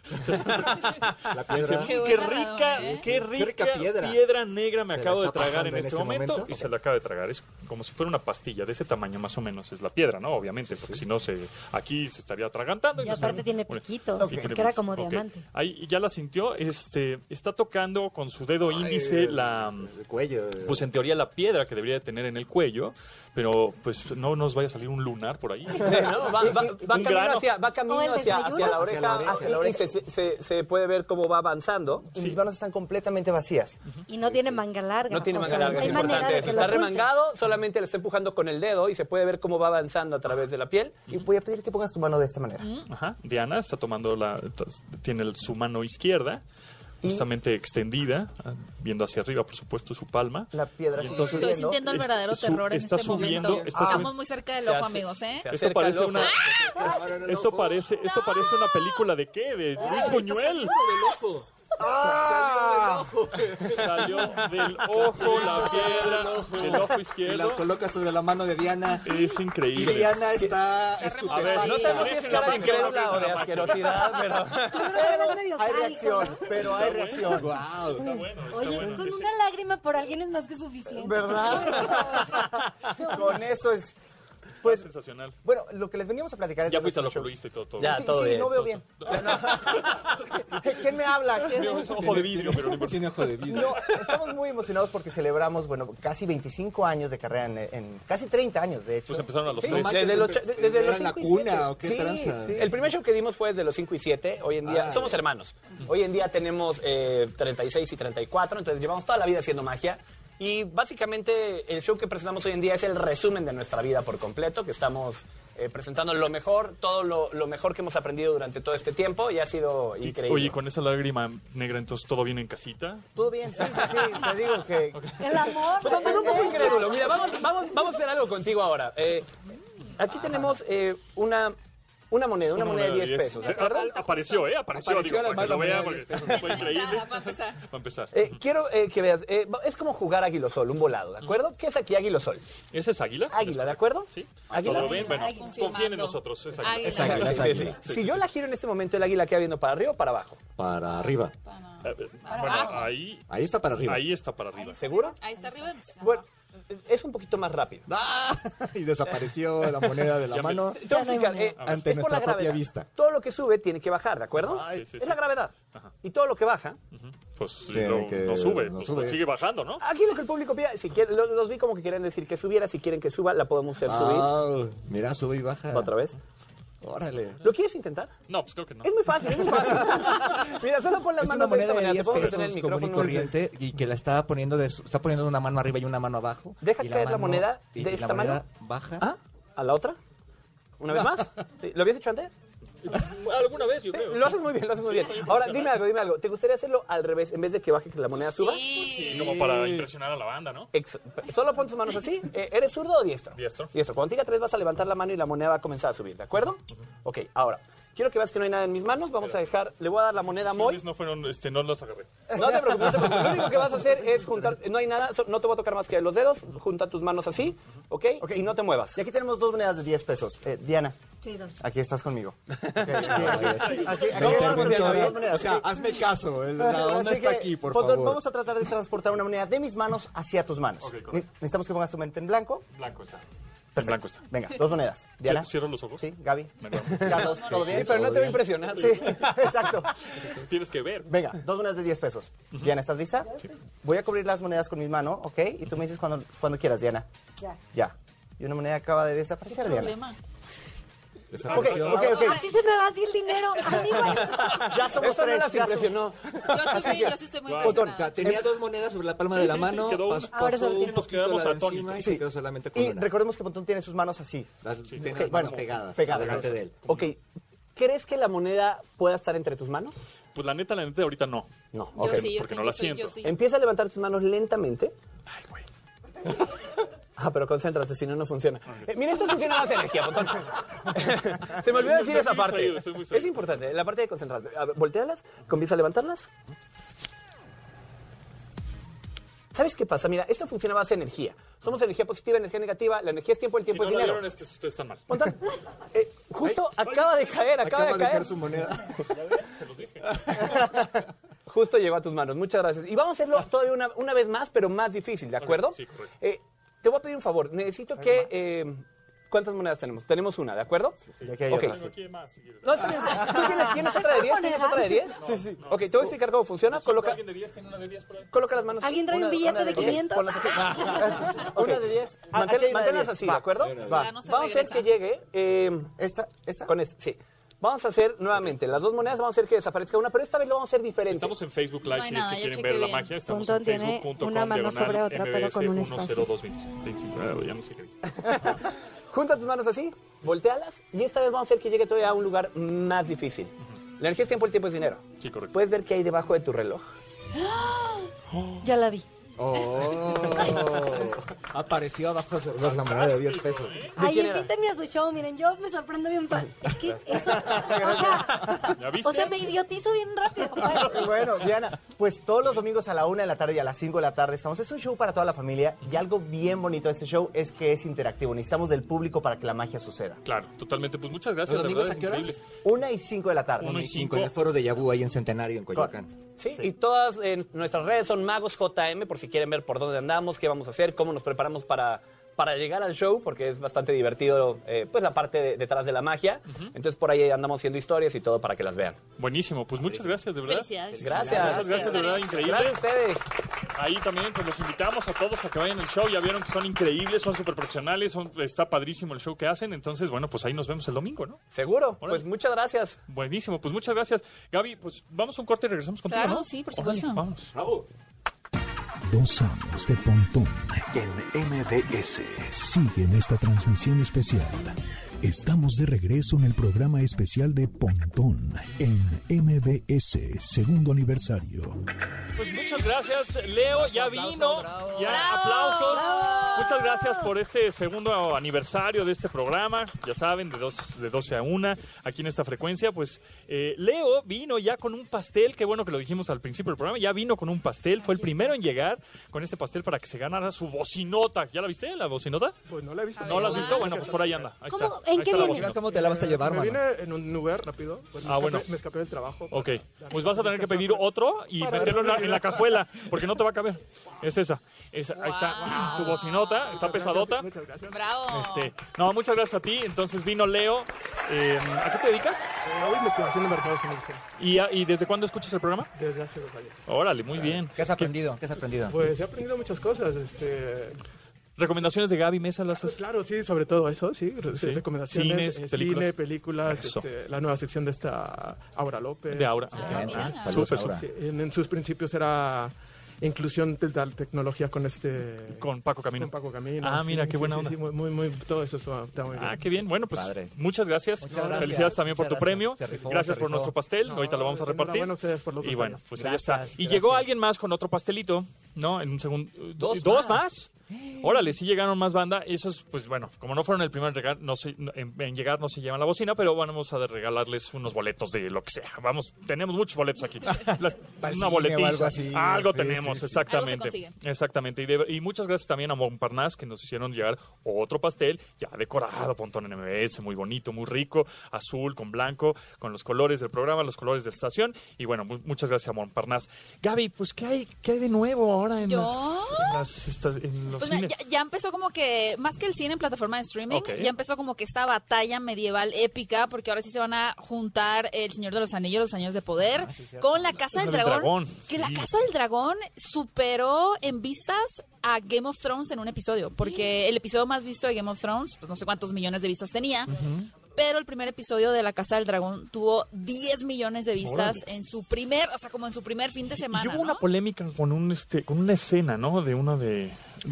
La Dice, piedra. Qué qué buen rica, narrador, ¿eh? qué rica piedra negra me Se la acabo de está tragar pasando en en este este momento, momento. y se la acaba de tragar. Es como si fuera una pastilla de ese tamaño más o menos es la piedra, ¿no? Obviamente, porque si no aquí se estaría atragantando. Y entonces, aparte tiene bueno, piquitos, sí, porque tiene era piquitos. como Ok. diamante. Ahí ya la sintió, está tocando con su dedo índice El cuello. pues en teoría la piedra que debería de tener en el cuello, pero pues no nos vaya a salir un lunar por ahí. No, va camino grano. O el hacia desayuno. la oreja, hacia la oreja. Se puede ver cómo va avanzando. Y mis manos están completamente vacías. Y no tiene manga larga. No tiene o manga sea, larga, es hay manera importante de eso. que Está lo oculte. remangado, solamente le está empujando con el dedo y se puede ver cómo va avanzando a través de la piel. Y voy a pedir que pongas tu mano de esta manera. Ajá. Diana está tomando tiene su mano izquierda justamente extendida, viendo hacia arriba, por supuesto, su palma. La piedra Y sigue entonces- Estoy subiendo. sintiendo el verdadero terror en está este subiendo, momento. está Estamos muy cerca del ojo, amigos, ¿eh? se Esto acerca parece el ojo. una esto parece una película de qué, de Luis Buñuel. Salió del ojo la piedra del ojo Y izquierdo. la coloca sobre la mano de Diana. Es Y increíble. Diana está A ver, estupefacta. No sabemos si es cara de incrédula o de asquerosidad, pero... Pero medio Hay sádico, reacción, ¿no? pero hay reacción. Wow. Está bueno, está Oye, bueno. con Ese- una lágrima por alguien es más que suficiente. ¿Verdad? Con eso es... está Pues, sensacional. bueno, lo que les veníamos a platicar es Ya de fuiste al nuestro show. oculista y todo. Ya, Sí, todo sí, bien. no veo bien. ¿Quién me habla? ¿Quién? Es ojo de vidrio, pero no importa. Tiene ojo de vidrio. No, estamos muy emocionados porque celebramos, bueno, casi 25 años de carrera, en casi 30 años, de hecho. Pues empezaron a los Sí, tres. Desde los ¿Era la 5 y cuna 7. o qué Sí, tranza? sí. El primer show que dimos fue desde los 5 y 7. Hoy en día somos hermanos. Hoy en día tenemos 36 y 34, entonces llevamos toda la vida haciendo magia. Y básicamente el show que presentamos hoy en día es el resumen de nuestra vida por completo, que estamos presentando lo mejor, todo lo mejor que hemos aprendido durante todo este tiempo y ha sido increíble. Oye, con esa lágrima negra, entonces, ¿todo bien en casita? Todo bien, sí, te digo que... El amor. Pues ando un poco incrédulo. Mira, vamos a hacer algo contigo ahora. Aquí tenemos una moneda de 10 pesos. ¿De acuerdo? Apareció, Apareció digo, además para que la lo vea, moneda de porque 10 fue increíble. Va a empezar. Va a empezar. Quiero que veas, es como jugar Águila-Sol, un volado, ¿de acuerdo? ¿Qué es aquí Águila-Sol? ¿Ese es águila? Águila, ¿de acuerdo? Sí. Águila. ¿Todo bien? Bueno, Águila. confíen en nosotros. Es águila. Águila. Es águila, es águila. Sí, Si sí, yo sí. la giro en este momento, ¿el águila queda viendo para arriba o para abajo? Para arriba. Bueno, ahí Ahí está para arriba. está para arriba. ¿Seguro? Ahí está arriba. Bueno, es un poquito más rápido. ¡Ah! Y desapareció la moneda de la Ya me- mano. Te voy a explicar, Ante es por nuestra la propia gravedad. vista. Todo lo que sube tiene que bajar, ¿de acuerdo? Ay, sí, Es la gravedad. Y todo lo que baja. Pues Tiene que- no sube, no pues, sube. sigue bajando, ¿no? Aquí lo que el público pida, si quiere, los vi como que quieren decir que subiera, si quieren que suba, la podemos hacer subir. Ah, mira, sube y baja. Otra vez. Órale. ¿Lo quieres intentar? No, pues creo que no. Es muy fácil, es muy fácil. Mira, solo pon las Es una manos de esta moneda de manera. Te 10 puedo pesos meter el común y micrófono. corriente y que la está poniendo está poniendo una mano arriba y una mano abajo. Deja y caer la moneda y de la esta moneda mano. baja. ¿Ah? ¿A la otra? ¿Una vez más? ¿Lo habías hecho antes? Alguna vez, yo creo. Lo haces muy bien, lo haces muy bien. Ahora, dime algo. ¿Te gustaría hacerlo al revés? En vez de que baje, que la moneda suba. Sí, como para impresionar a la banda, ¿no? Solo pon tus manos así. ¿Eres zurdo o diestro? Diestro. Diestro. Cuando te diga 3 vas a levantar la mano y la moneda va a comenzar a subir, ¿de acuerdo? Ok, ahora. Quiero que veas que no hay nada en mis manos. Vamos a dejar... Le voy a dar la moneda a Moy. No fueron, no los agarré. No te preocupes, no te preocupes. Lo único que vas a hacer es juntar... No hay nada, no te voy a tocar más que los dedos. Junta tus manos así, ¿ok? Y no te muevas. Y aquí tenemos 2 monedas de 10 pesos. Diana, Sí, 2. aquí estás conmigo. Aquí ¿Cómo vas, estamos Diana? con Bien. 2 monedas. O sea, hazme caso. La onda Así está que, aquí, por Pontón, favor. vamos a tratar de transportar una moneda de mis manos hacia tus manos. Ok, correcto. Necesitamos que pongas tu mente en blanco. Blanco está. Perfecto. Blanco está. Venga, 2 monedas. Diana. Cierro los ojos. Sí, Gaby. Me duermo. Carlos, ¿todo Sí, bien? pero no te voy a impresionar. Sí, exacto. Tienes que ver. Venga, 2 monedas de 10 pesos. Diana, ¿estás lista? Sí. Voy a cubrir las monedas con mi mano, ¿ok? Y tú me dices cuando quieras, Diana. Ya. Ya. Y una moneda acaba de desaparecer, Diana. Problema. Desapareció. Ok. Así se me va así el dinero. Amigo. Ya somos Esto no 3. las impresionó. Yo sí estoy muy Wow. O impresionada. sea, tenía 2 monedas sobre la palma de la sí, mano, quedó una. Ahora pasó solo un tiene- poquito quedamos la de atónitos. encima y Sí. se quedó solamente con Y una. recordemos que Pontón tiene sus manos así. Tiene Ok, las bueno, manos pegadas, pegadas, delante eso. de él. Ok, ¿crees que la moneda pueda estar entre tus manos? Pues la neta, ahorita no. No. Yo Ok. sí, yo porque tengo, no la yo soy- yo siento. sí. Empieza a levantar tus manos lentamente. Ay, güey. Pero concéntrate, si no, no funciona. Mira, esto funciona más energía, botón. Se me olvidó decir Estoy esa muy parte. distraído, estoy muy distraído. Es importante, la parte de concentrarte. A ver, voltealas, comienza a levantarlas. ¿Sabes qué pasa? Mira, esto funciona a base de energía. Somos energía positiva, energía negativa. La energía es tiempo, el Si tiempo no es lo dinero. vieron es que ustedes están mal. Montón, justo acaba de caer, acaba de caer. su moneda. Se los dije. Justo llegó a tus manos, muchas gracias. Y vamos a hacerlo todavía una vez más, pero más difícil, ¿de acuerdo? sí, correcto. Te voy a pedir un favor, necesito que... ¿Cuántas monedas tenemos? Tenemos una, ¿de acuerdo? Y aquí hay Ok. otra. Tengo aquí más, si quieres. No, ¿tienes otra de 10? ¿Tienes otra de 10? Sí, sí. Ok, te voy a explicar cómo funciona. ¿Alguien de 10 tiene una de 10 por ahí? Coloca las manos. ¿Alguien trae un Una billete de de 10, 500? Ponlas así. Una de 10. Aquí hay una de Manténlas 10. así, Va. ¿de acuerdo? Va. Ya no se Vamos a hacer regresa. que llegue ¿Esta? con este, sí. Vamos a hacer nuevamente las 2 monedas, vamos a hacer que desaparezca una, pero esta vez lo vamos a hacer diferente. Estamos en Facebook Live No hay si es nada, que ya quieren chequé ver la bien. magia. Estamos Pontón en tiene facebook.com una mano sobre otra, pero con un espacio. 10225. Ya no sé qué. Junta tus manos así, voltealas y esta vez vamos a hacer que llegue todavía a un lugar más difícil. La energía es tiempo, el tiempo es dinero. Sí, correcto. ¿Puedes ver qué hay debajo de tu reloj? Ya la vi. Oh, apareció abajo sobre la moneda de 10 pesos. Ay, quién era? invítenme a su show, miren, yo me sorprendo bien Es que eso, ¿Ya viste? o sea, me idiotizo bien rápido. Ay, Bueno, Diana, pues todos los domingos a la 1 de la tarde y a las 5 de la tarde estamos. Es un show para toda la familia y algo bien bonito de este show es que es interactivo. Necesitamos del público para que la magia suceda. Claro, totalmente. Pues muchas gracias. ¿Los de domingos verdad, a qué es horas? increíble. 1 y 5 de la tarde. 1 y 5. En el foro de Yabú, ahí en Centenario, en Coyoacán. Sí, y todas nuestras redes son Magos JM, por si quieren ver por dónde andamos, qué vamos a hacer, cómo nos preparamos para llegar al show, porque es bastante divertido pues la parte detrás de la magia. Entonces por ahí andamos haciendo historias y todo para que las vean. Buenísimo. Pues muchas gracias, de verdad. Felicidades. Gracias. Muchas gracias, de verdad, increíble. Gracias a ustedes. Ahí también pues los invitamos a todos a que vayan al show. Ya vieron que son increíbles, son súper profesionales, está padrísimo el show que hacen. Entonces, bueno, pues ahí nos vemos el domingo, ¿no? Seguro. Órale. Pues muchas gracias. Buenísimo, pues muchas gracias. Gaby, pues vamos a un corte y regresamos contigo, Claro, ¿no? sí, por Órale, supuesto. Vamos. ¡Bravo! 2 años de Pontón en MBS. Sigue en esta transmisión especial. Estamos de regreso en el programa especial de Pontón en MBS, segundo aniversario. Pues muchas gracias, Leo, ya vino, ya aplausos. Muchas gracias por este segundo aniversario de este programa, ya saben, de 12 a 1, aquí en esta frecuencia. Pues Leo vino ya con un pastel, qué bueno que lo dijimos al principio del programa, ya vino con un pastel, fue el primero en llegar con este pastel para que se ganara su bocinota. ¿Ya la viste, la bocinota? Pues no la he visto. ¿No la has visto? Bueno, pues por ahí anda, ahí está. ¿En qué viene? ¿Cómo te la vas a llevar, Me mano? vine en un Uber rápido. Pues me escapé del trabajo. Ok, pues vas a tener que pedir otro y meterlo en la cajuela, porque no te va a caber. Es esa. Ahí está tu bocinota, está pesadota. Muchas gracias. Bravo. No, muchas gracias a ti. Entonces vino Leo. ¿A qué te dedicas? Hago investigación de mercados financieros. ¿Y desde cuándo escuchas el programa? Desde hace 2 años. Órale, muy bien. ¿Qué has aprendido? Pues he aprendido muchas cosas. ¿Recomendaciones de Gaby Mesa las Pues haces? claro, sí, sobre todo eso, sí. Recomendaciones. Cines, películas. Cine, películas, Eso. la nueva sección de esta Aura López. De Aura. mira. Súper. Sí, en sus principios era inclusión de la tecnología con Con Paco Camino. Camino. Mira, qué buena sí, onda. Sí, muy, todo eso está muy bien. Qué bien. Bueno, pues Padre. muchas gracias. Felicidades también por tu premio. Se rifó, Gracias se por rifó. nuestro pastel. Ahorita lo vamos a repartir. Enhorabuena a ustedes por los Y 2 bueno, años. pues ahí está. Gracias, Y llegó gracias. alguien más con otro pastelito, ¿no? En un segundo. ¿Dos más? Órale, sí llegaron más banda. Esos, pues bueno, como no fueron el primer en llegar, en llegar no se llevan la bocina, pero vamos a regalarles unos boletos de lo que sea. Vamos, tenemos muchos boletos aquí. Para Una cine o boletiza. algo así. Algo Sí, tenemos, sí. exactamente. Algo se consigue. Exactamente. Y muchas gracias también a Montparnasse que nos hicieron llegar otro pastel ya decorado, Pontón en MBS, muy bonito, muy rico, azul con blanco, con los colores del programa, los colores de la estación. Y bueno, muchas gracias a Montparnasse. Gaby, pues ¿qué hay de nuevo ahora en ¿Yo? en los Pues mira, cines? ya empezó como que, más que el cine en plataforma de streaming, Ok. ya empezó como que esta batalla medieval épica, porque ahora sí se van a juntar El Señor de los Anillos, Los Anillos de Poder, con La Casa del Dragón. Que sí. La Casa del Dragón superó en vistas a Game of Thrones en un episodio, porque el episodio más visto de Game of Thrones, pues no sé cuántos millones de vistas tenía, pero el primer episodio de La Casa del Dragón tuvo 10 millones de vistas Órale. en su primer fin de semana. Y hubo ¿no? una polémica con con una escena, ¿no? De una de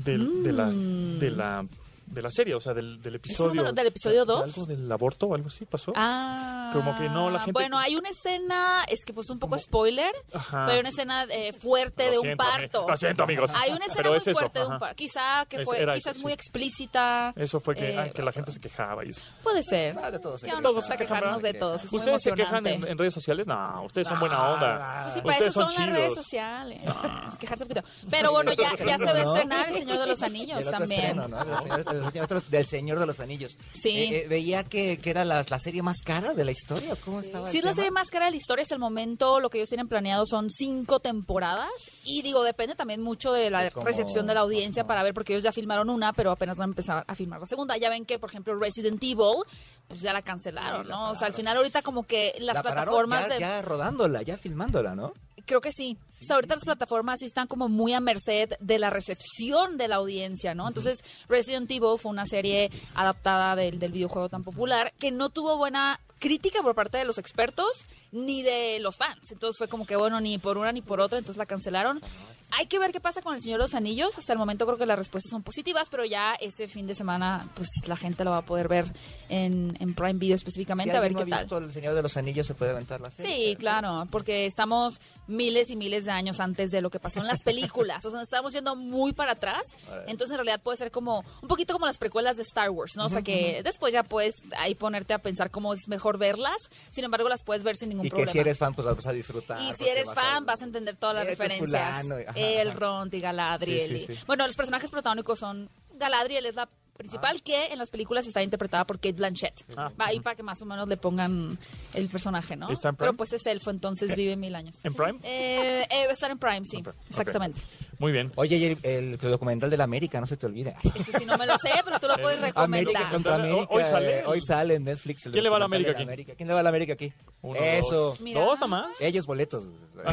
la serie, o sea, del episodio. ¿Del episodio 2? ¿Algo del aborto o algo así pasó? Ah, Como que no, la gente- Bueno, hay una escena, es que pues un poco spoiler, Ajá. pero hay una escena fuerte de un parto. Lo siento, amigos. Hay una escena Pero muy es eso, fuerte de un ajá. parto. Quizá que fue, Era quizás eso, muy sí. explícita. Eso fue que Eh, la gente se quejaba y eso. Puede ser. De todos. ¿Qué onda? Todos Nos se gusta quejan, quejarnos ¿verdad? de todos. Es muy ¿Ustedes se quejan emocionante. en redes sociales? No, ustedes son buena onda. Pues sí, para Ustedes eso son las chidos. redes sociales. Es quejarse un poquito. Pero bueno, ya se va a estrenar El Señor de los Anillos Del otro también. estreno, ¿no? Del Señor de los Anillos. Sí. Veía que era la serie más cara de la historia. ¿Cómo estaba el Sí, es la tema? serie más cara de la historia hasta el momento. Lo que ellos tienen planeado son 5 temporadas. Y digo, depende también mucho de la De cómo- recepción de la audiencia para ver, porque ellos ya filmaron una, pero apenas van a empezar a filmar la segunda. Ya ven que, por ejemplo, Resident Evil, pues ya la cancelaron, ¿no? O sea, al final ahorita como que las La pararon plataformas ya rodándola, ya filmándola, ¿no? Creo que sí. O sea, ahorita las plataformas sí están como muy a merced de la recepción de la audiencia, ¿no? Entonces, Resident Evil fue una serie adaptada del videojuego tan popular que no tuvo buena crítica por parte de los expertos ni de los fans. Entonces fue como que, bueno, ni por una ni por otra, entonces la cancelaron. Hay que ver qué pasa con El Señor de los Anillos. Hasta el momento creo que las respuestas son positivas, pero ya este fin de semana, pues la gente lo va a poder ver en Prime Video específicamente, Si a ver alguien qué no ha tal. visto El Señor de los Anillos, se puede aventar la serie. Sí, claro, porque estamos miles y miles de años antes de lo que pasó en las películas. O sea, estamos yendo muy para atrás. Entonces, en realidad puede ser como un poquito como las precuelas de Star Wars, ¿no? O sea, que después ya puedes ahí ponerte a pensar cómo es mejor verlas. Sin embargo, las puedes ver sin ningún Y problema. que si eres fan, pues las vas a disfrutar. Y si porque eres fan, vas a entender todas las Este es referencias. fulano, ajá, Elrond y Galadriel. Sí, sí, sí. Bueno, los personajes protagónicos son Galadriel, es la principal, que en las películas está interpretada por Kate Blanchett. Va ahí para que más o menos le pongan el personaje, ¿no? ¿Está en Prime? Pero pues es elfo, entonces vive 1000 años. ¿En Prime? Va a estar en Prime, sí. Ok. Exactamente. Muy bien. Oye, y el documental de la América, no se te olvide. Ese sí no me lo sé, pero tú lo puedes América recomendar. contra América. Hoy sale. Hoy sale en Netflix. el ¿Quién le va a la documental América de aquí? ¿Quién le va a la América aquí? Uno, Eso. dos. Mira. ¿Dos nada más? Ellos boletos.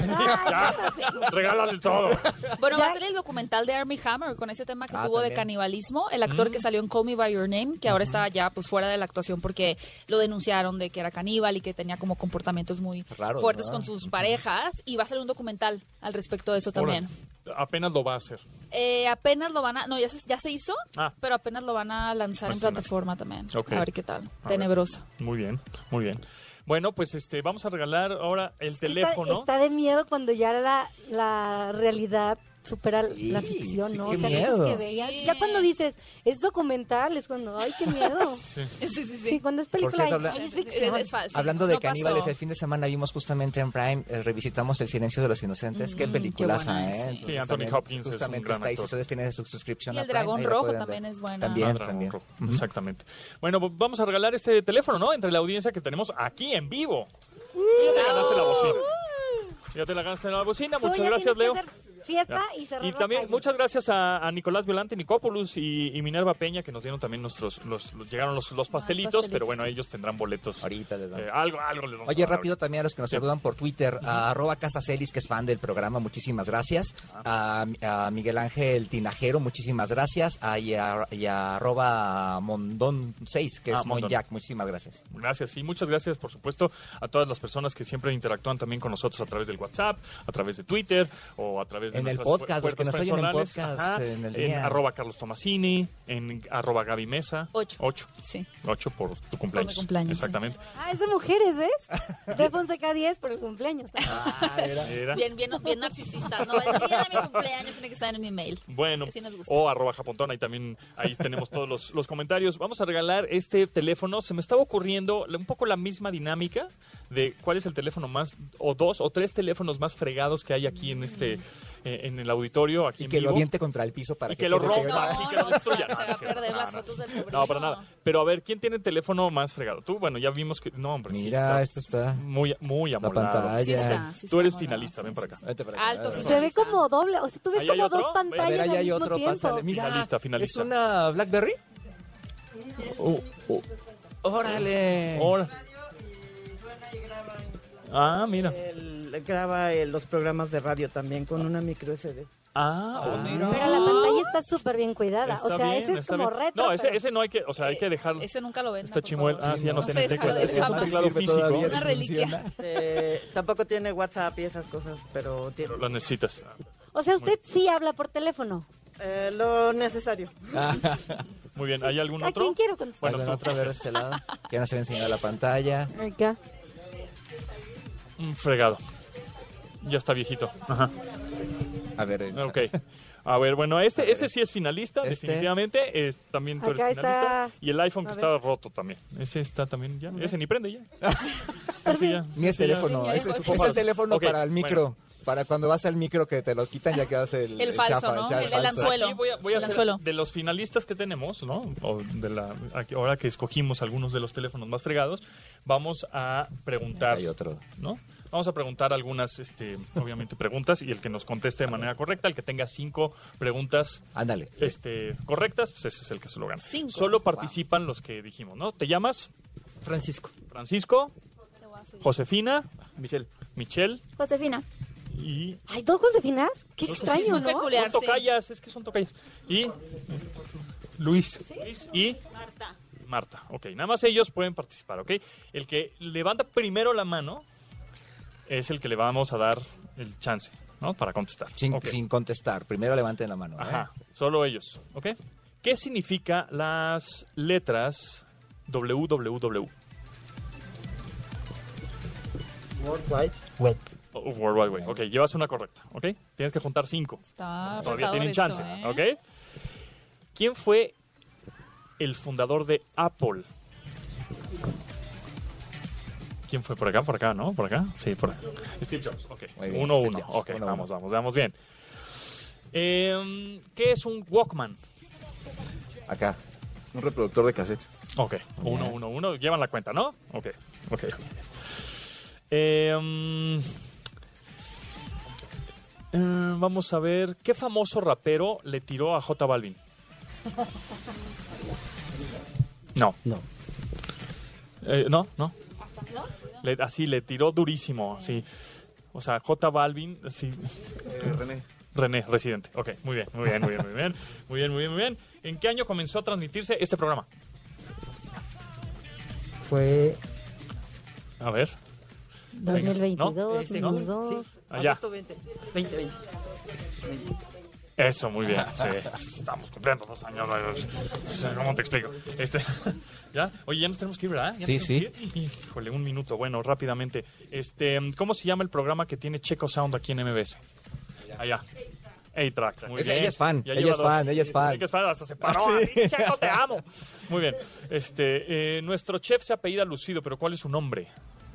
Ya, regálale todo. Bueno, va a ser el documental de Armie Hammer con ese tema que tuvo de también. canibalismo. El actor que salió en Call Me By Your Name, que ahora está ya pues fuera de la actuación porque lo denunciaron de que era caníbal y que tenía como comportamientos muy Raros, fuertes ¿no? con sus parejas. Y va a ser un documental al respecto de eso también. apenas lo va a hacer? Apenas lo van a... No, ya se hizo, Ah. pero apenas lo van a lanzar en Pues, plataforma también. Ok. A ver qué tal. A Tenebroso. Muy bien, muy bien. Bueno, pues vamos a regalar ahora el Es que teléfono. Está de miedo cuando ya la realidad supera la ficción, sí, ¿no? qué O sea, miedo. cosas que veías. Ya cuando dices, es documental, es cuando, ay, qué miedo. Sí, cuando es película, Por cierto, ay, es ficción. Es falso. Hablando de No pasó. caníbales, el fin de semana vimos justamente en Prime, revisitamos El silencio de los inocentes. Qué peliculaza, buena, ¿eh? sí. Entonces, Sí, Anthony también, Hopkins es un justamente gran está ahí, si actor. ustedes tienen su suscripción Y a El Prime, Dragón ahí la Rojo pueden también ver. es buena. También, Dragón también. Rojo. Ujú. Exactamente. Bueno, pues vamos a regalar este teléfono, ¿no? Entre la audiencia que tenemos aquí en vivo. Tú ya te ganaste la bocina. Ya te la ganaste la bocina. Tú Muchas ya gracias, tienes Leo. que hacer fiesta Ya. y cerrar Y la también calle. muchas gracias a Nicolás Violante, Nicópolis y Minerva Peña, que nos dieron también llegaron los pastelitos, pero bueno, ellos tendrán boletos. Ahorita les damos. Algo les vamos a Oye, dar rápido ahorita. también a los que nos Sí. saludan por Twitter, a @casacelis, que es fan del programa, muchísimas gracias. A Miguel Ángel Tinajero, muchísimas gracias. Y a @mondon6, que es Mondon. Monjack, muchísimas gracias. Gracias, y muchas gracias, por supuesto, a todas las personas que siempre interactúan también con nosotros a través del WhatsApp, a través de Twitter o a través de En el nuestras podcast, los que cuentas nos oyen en personales. podcast, Ajá, en el en día. @Carlos Tomasini, en @Gaby Mesa. 8. Sí. 8 por tu cumpleaños. Por mi cumpleaños, sí. Exactamente. Ah, es de mujeres, ¿ves? De Fonseca 10 por el cumpleaños. Era. Bien narcisista. No, el día de mi cumpleaños tiene que estar en mi mail. Bueno, Sí nos gusta. o @Japontón, ahí tenemos todos los comentarios. Vamos a regalar este teléfono. Se me estaba ocurriendo un poco la misma dinámica de cuál es el teléfono más, o 2 o 3 teléfonos más fregados que hay aquí en en el auditorio, aquí Y en que vivo. lo aviente contra el piso para Y que lo quede rompa, pegado. así que lo destruya. se va No a es cierto. perder las No, fotos del sobrino. No, para nada. Pero a ver, ¿quién tiene el teléfono más fregado? Tú, bueno, ya vimos que... No, hombre, sí Mira, esto está... muy La amolado. pantalla. Sí está, sí Tú eres está finalista, molado, ven sí, para acá. sí, sí. Vente para acá. Alto Se ve finalista. como doble, o sea, tú ves ¿Ahí hay como otro? dos A A pantallas ver, ahí al hay mismo otro, tiempo. pásale. Mira, Finalista. ¿es una BlackBerry? ¡Órale! Ahora. Ah, mira. Él graba los programas de radio también con una micro SD. Mira. Pero la pantalla está súper bien cuidada. Está o sea, bien, ese es está como bien. retro. No, pero- ese no hay que, o sea, hay que dejarlo. Ese nunca lo ven. Está chimuel. Ah, sí, ya no tiene sé, teclas. sabe, Es que es un sabe. teclado Sirve físico. todavía, Una reliquia. Tampoco tiene WhatsApp y esas cosas, pero tiene Lo necesitas. O sea, usted sí habla por teléfono. lo necesario. Muy bien. ¿Hay algún ¿A otro? quién quiero contestar? Bueno, Bueno, tú. otra vez de este lado. Ya nos había enseñado la pantalla. Acá. Fregado. Ya está viejito. Ajá. A ver, Ok. A ver, bueno, este sí es finalista, Este. definitivamente. También tú eres Acá finalista. está. Y el iPhone que A está roto también. Ese está también ya. Ese ni prende ya. Ese ya. Ni es ese ya. teléfono, ya es enchufó el teléfono Ok, para el micro. Para cuando vas al micro que te lo quitan ya quedas el falso, chafa, ¿no? ya El falso. anzuelo. Aquí voy a El hacer anzuelo. de los finalistas que tenemos, ¿no? O ahora que escogimos algunos de los teléfonos más fregados, vamos a preguntar, Hay otro. ¿no? Vamos a preguntar algunas, obviamente, preguntas y el que nos conteste de manera correcta, el que tenga 5 preguntas Ándale. correctas, pues ese es el que se lo gana. 5. Solo participan los que dijimos, ¿no? ¿Te llamas? Francisco. Francisco, Josefina, Michelle Josefina. y... ¿Hay dos Josefinas? Qué Dos extraño, Josefinas. ¿no? Peculiar. Son tocayas, es que son tocayas. Y... Luis. Y... Marta, ok. Nada más ellos pueden participar, ¿ok? El que levanta primero la mano es el que le vamos a dar el chance, ¿no? Para contestar. Ok. Sin contestar. Primero levanten la mano. Ajá, solo ellos, ¿ok? ¿Qué significa las letras WWW? Worldwide. World Wide Web. Ok, llevas una correcta, ¿ok? Tienes que juntar 5. Está Todavía retador tienen esto, chance, ¿eh? ¿ok? ¿Quién fue el fundador de Apple? ¿Quién fue? ¿Por acá? ¿Por acá? ¿No? ¿Por acá? Sí, por acá. Steve Jobs, ok. Muy bien, 1-1. Steve Jobs. Ok, 1-1. vamos bien. ¿Qué es un Walkman? Acá. Un reproductor de cassette. Ok, 1-1-1. Llevan la cuenta, ¿no? Ok. Vamos a ver, ¿qué famoso rapero le tiró a J Balvin? No. No. No. Así le tiró durísimo, sí. O sea, J Balvin, sí. René, Residente. Ok, muy bien. ¿En qué año comenzó a transmitirse este programa? Fue... A ver. 2022, ¿No? menos 2. Allá. Agosto 2020. Eso, muy bien. Sí, estamos cumpliendo 2 años. ¿Cómo te explico? ¿Ya? Oye, ya nos tenemos que ir, ¿verdad? Sí. Híjole, un minuto. Bueno, rápidamente. ¿Cómo se llama el programa que tiene Checo Sound aquí en MBS? Allá. A-Track. Muy bien. Ella es fan. Ella es fan. Hasta se paró. Sí. Checo, te amo. Muy bien. Nuestro chef se apellida Lucido, pero ¿cuál es su nombre?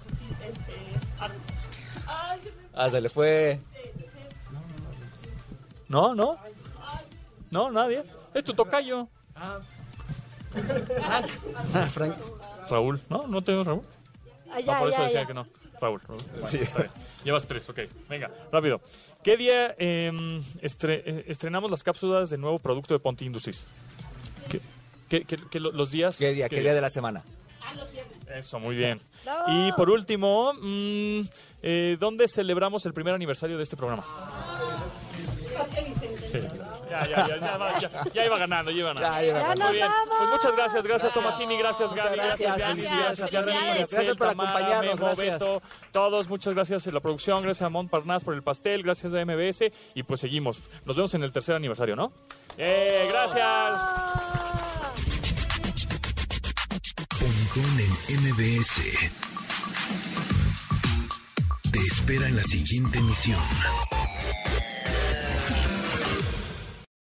Se le fue. No, nadie. Es tu tocayo. Frank. Raúl. ¿No tengo Raúl? Por eso decía que no. Raúl. Bueno, Sí. Está bien. Llevas 3, ok. Venga, rápido. ¿Qué día estrenamos las cápsulas del nuevo producto de Ponte Industries? ¿Los días? ¿Qué día de la semana? Eso, muy bien. ¡Bravo! Y por último, ¿dónde celebramos el primer aniversario de este programa? Sí. Ya iba ganando, Ya Muy nos bien. vamos. Pues muchas gracias, Tomasini, gracias, Gaby, Gracias Gracias por acompañarnos, gracias. Beto, todos, muchas gracias a la producción, gracias a Montparnasse por el pastel, gracias a MBS y pues seguimos. Nos vemos en el tercer aniversario, ¿no? Gracias. Pontón en MBS. Te espera en la siguiente emisión.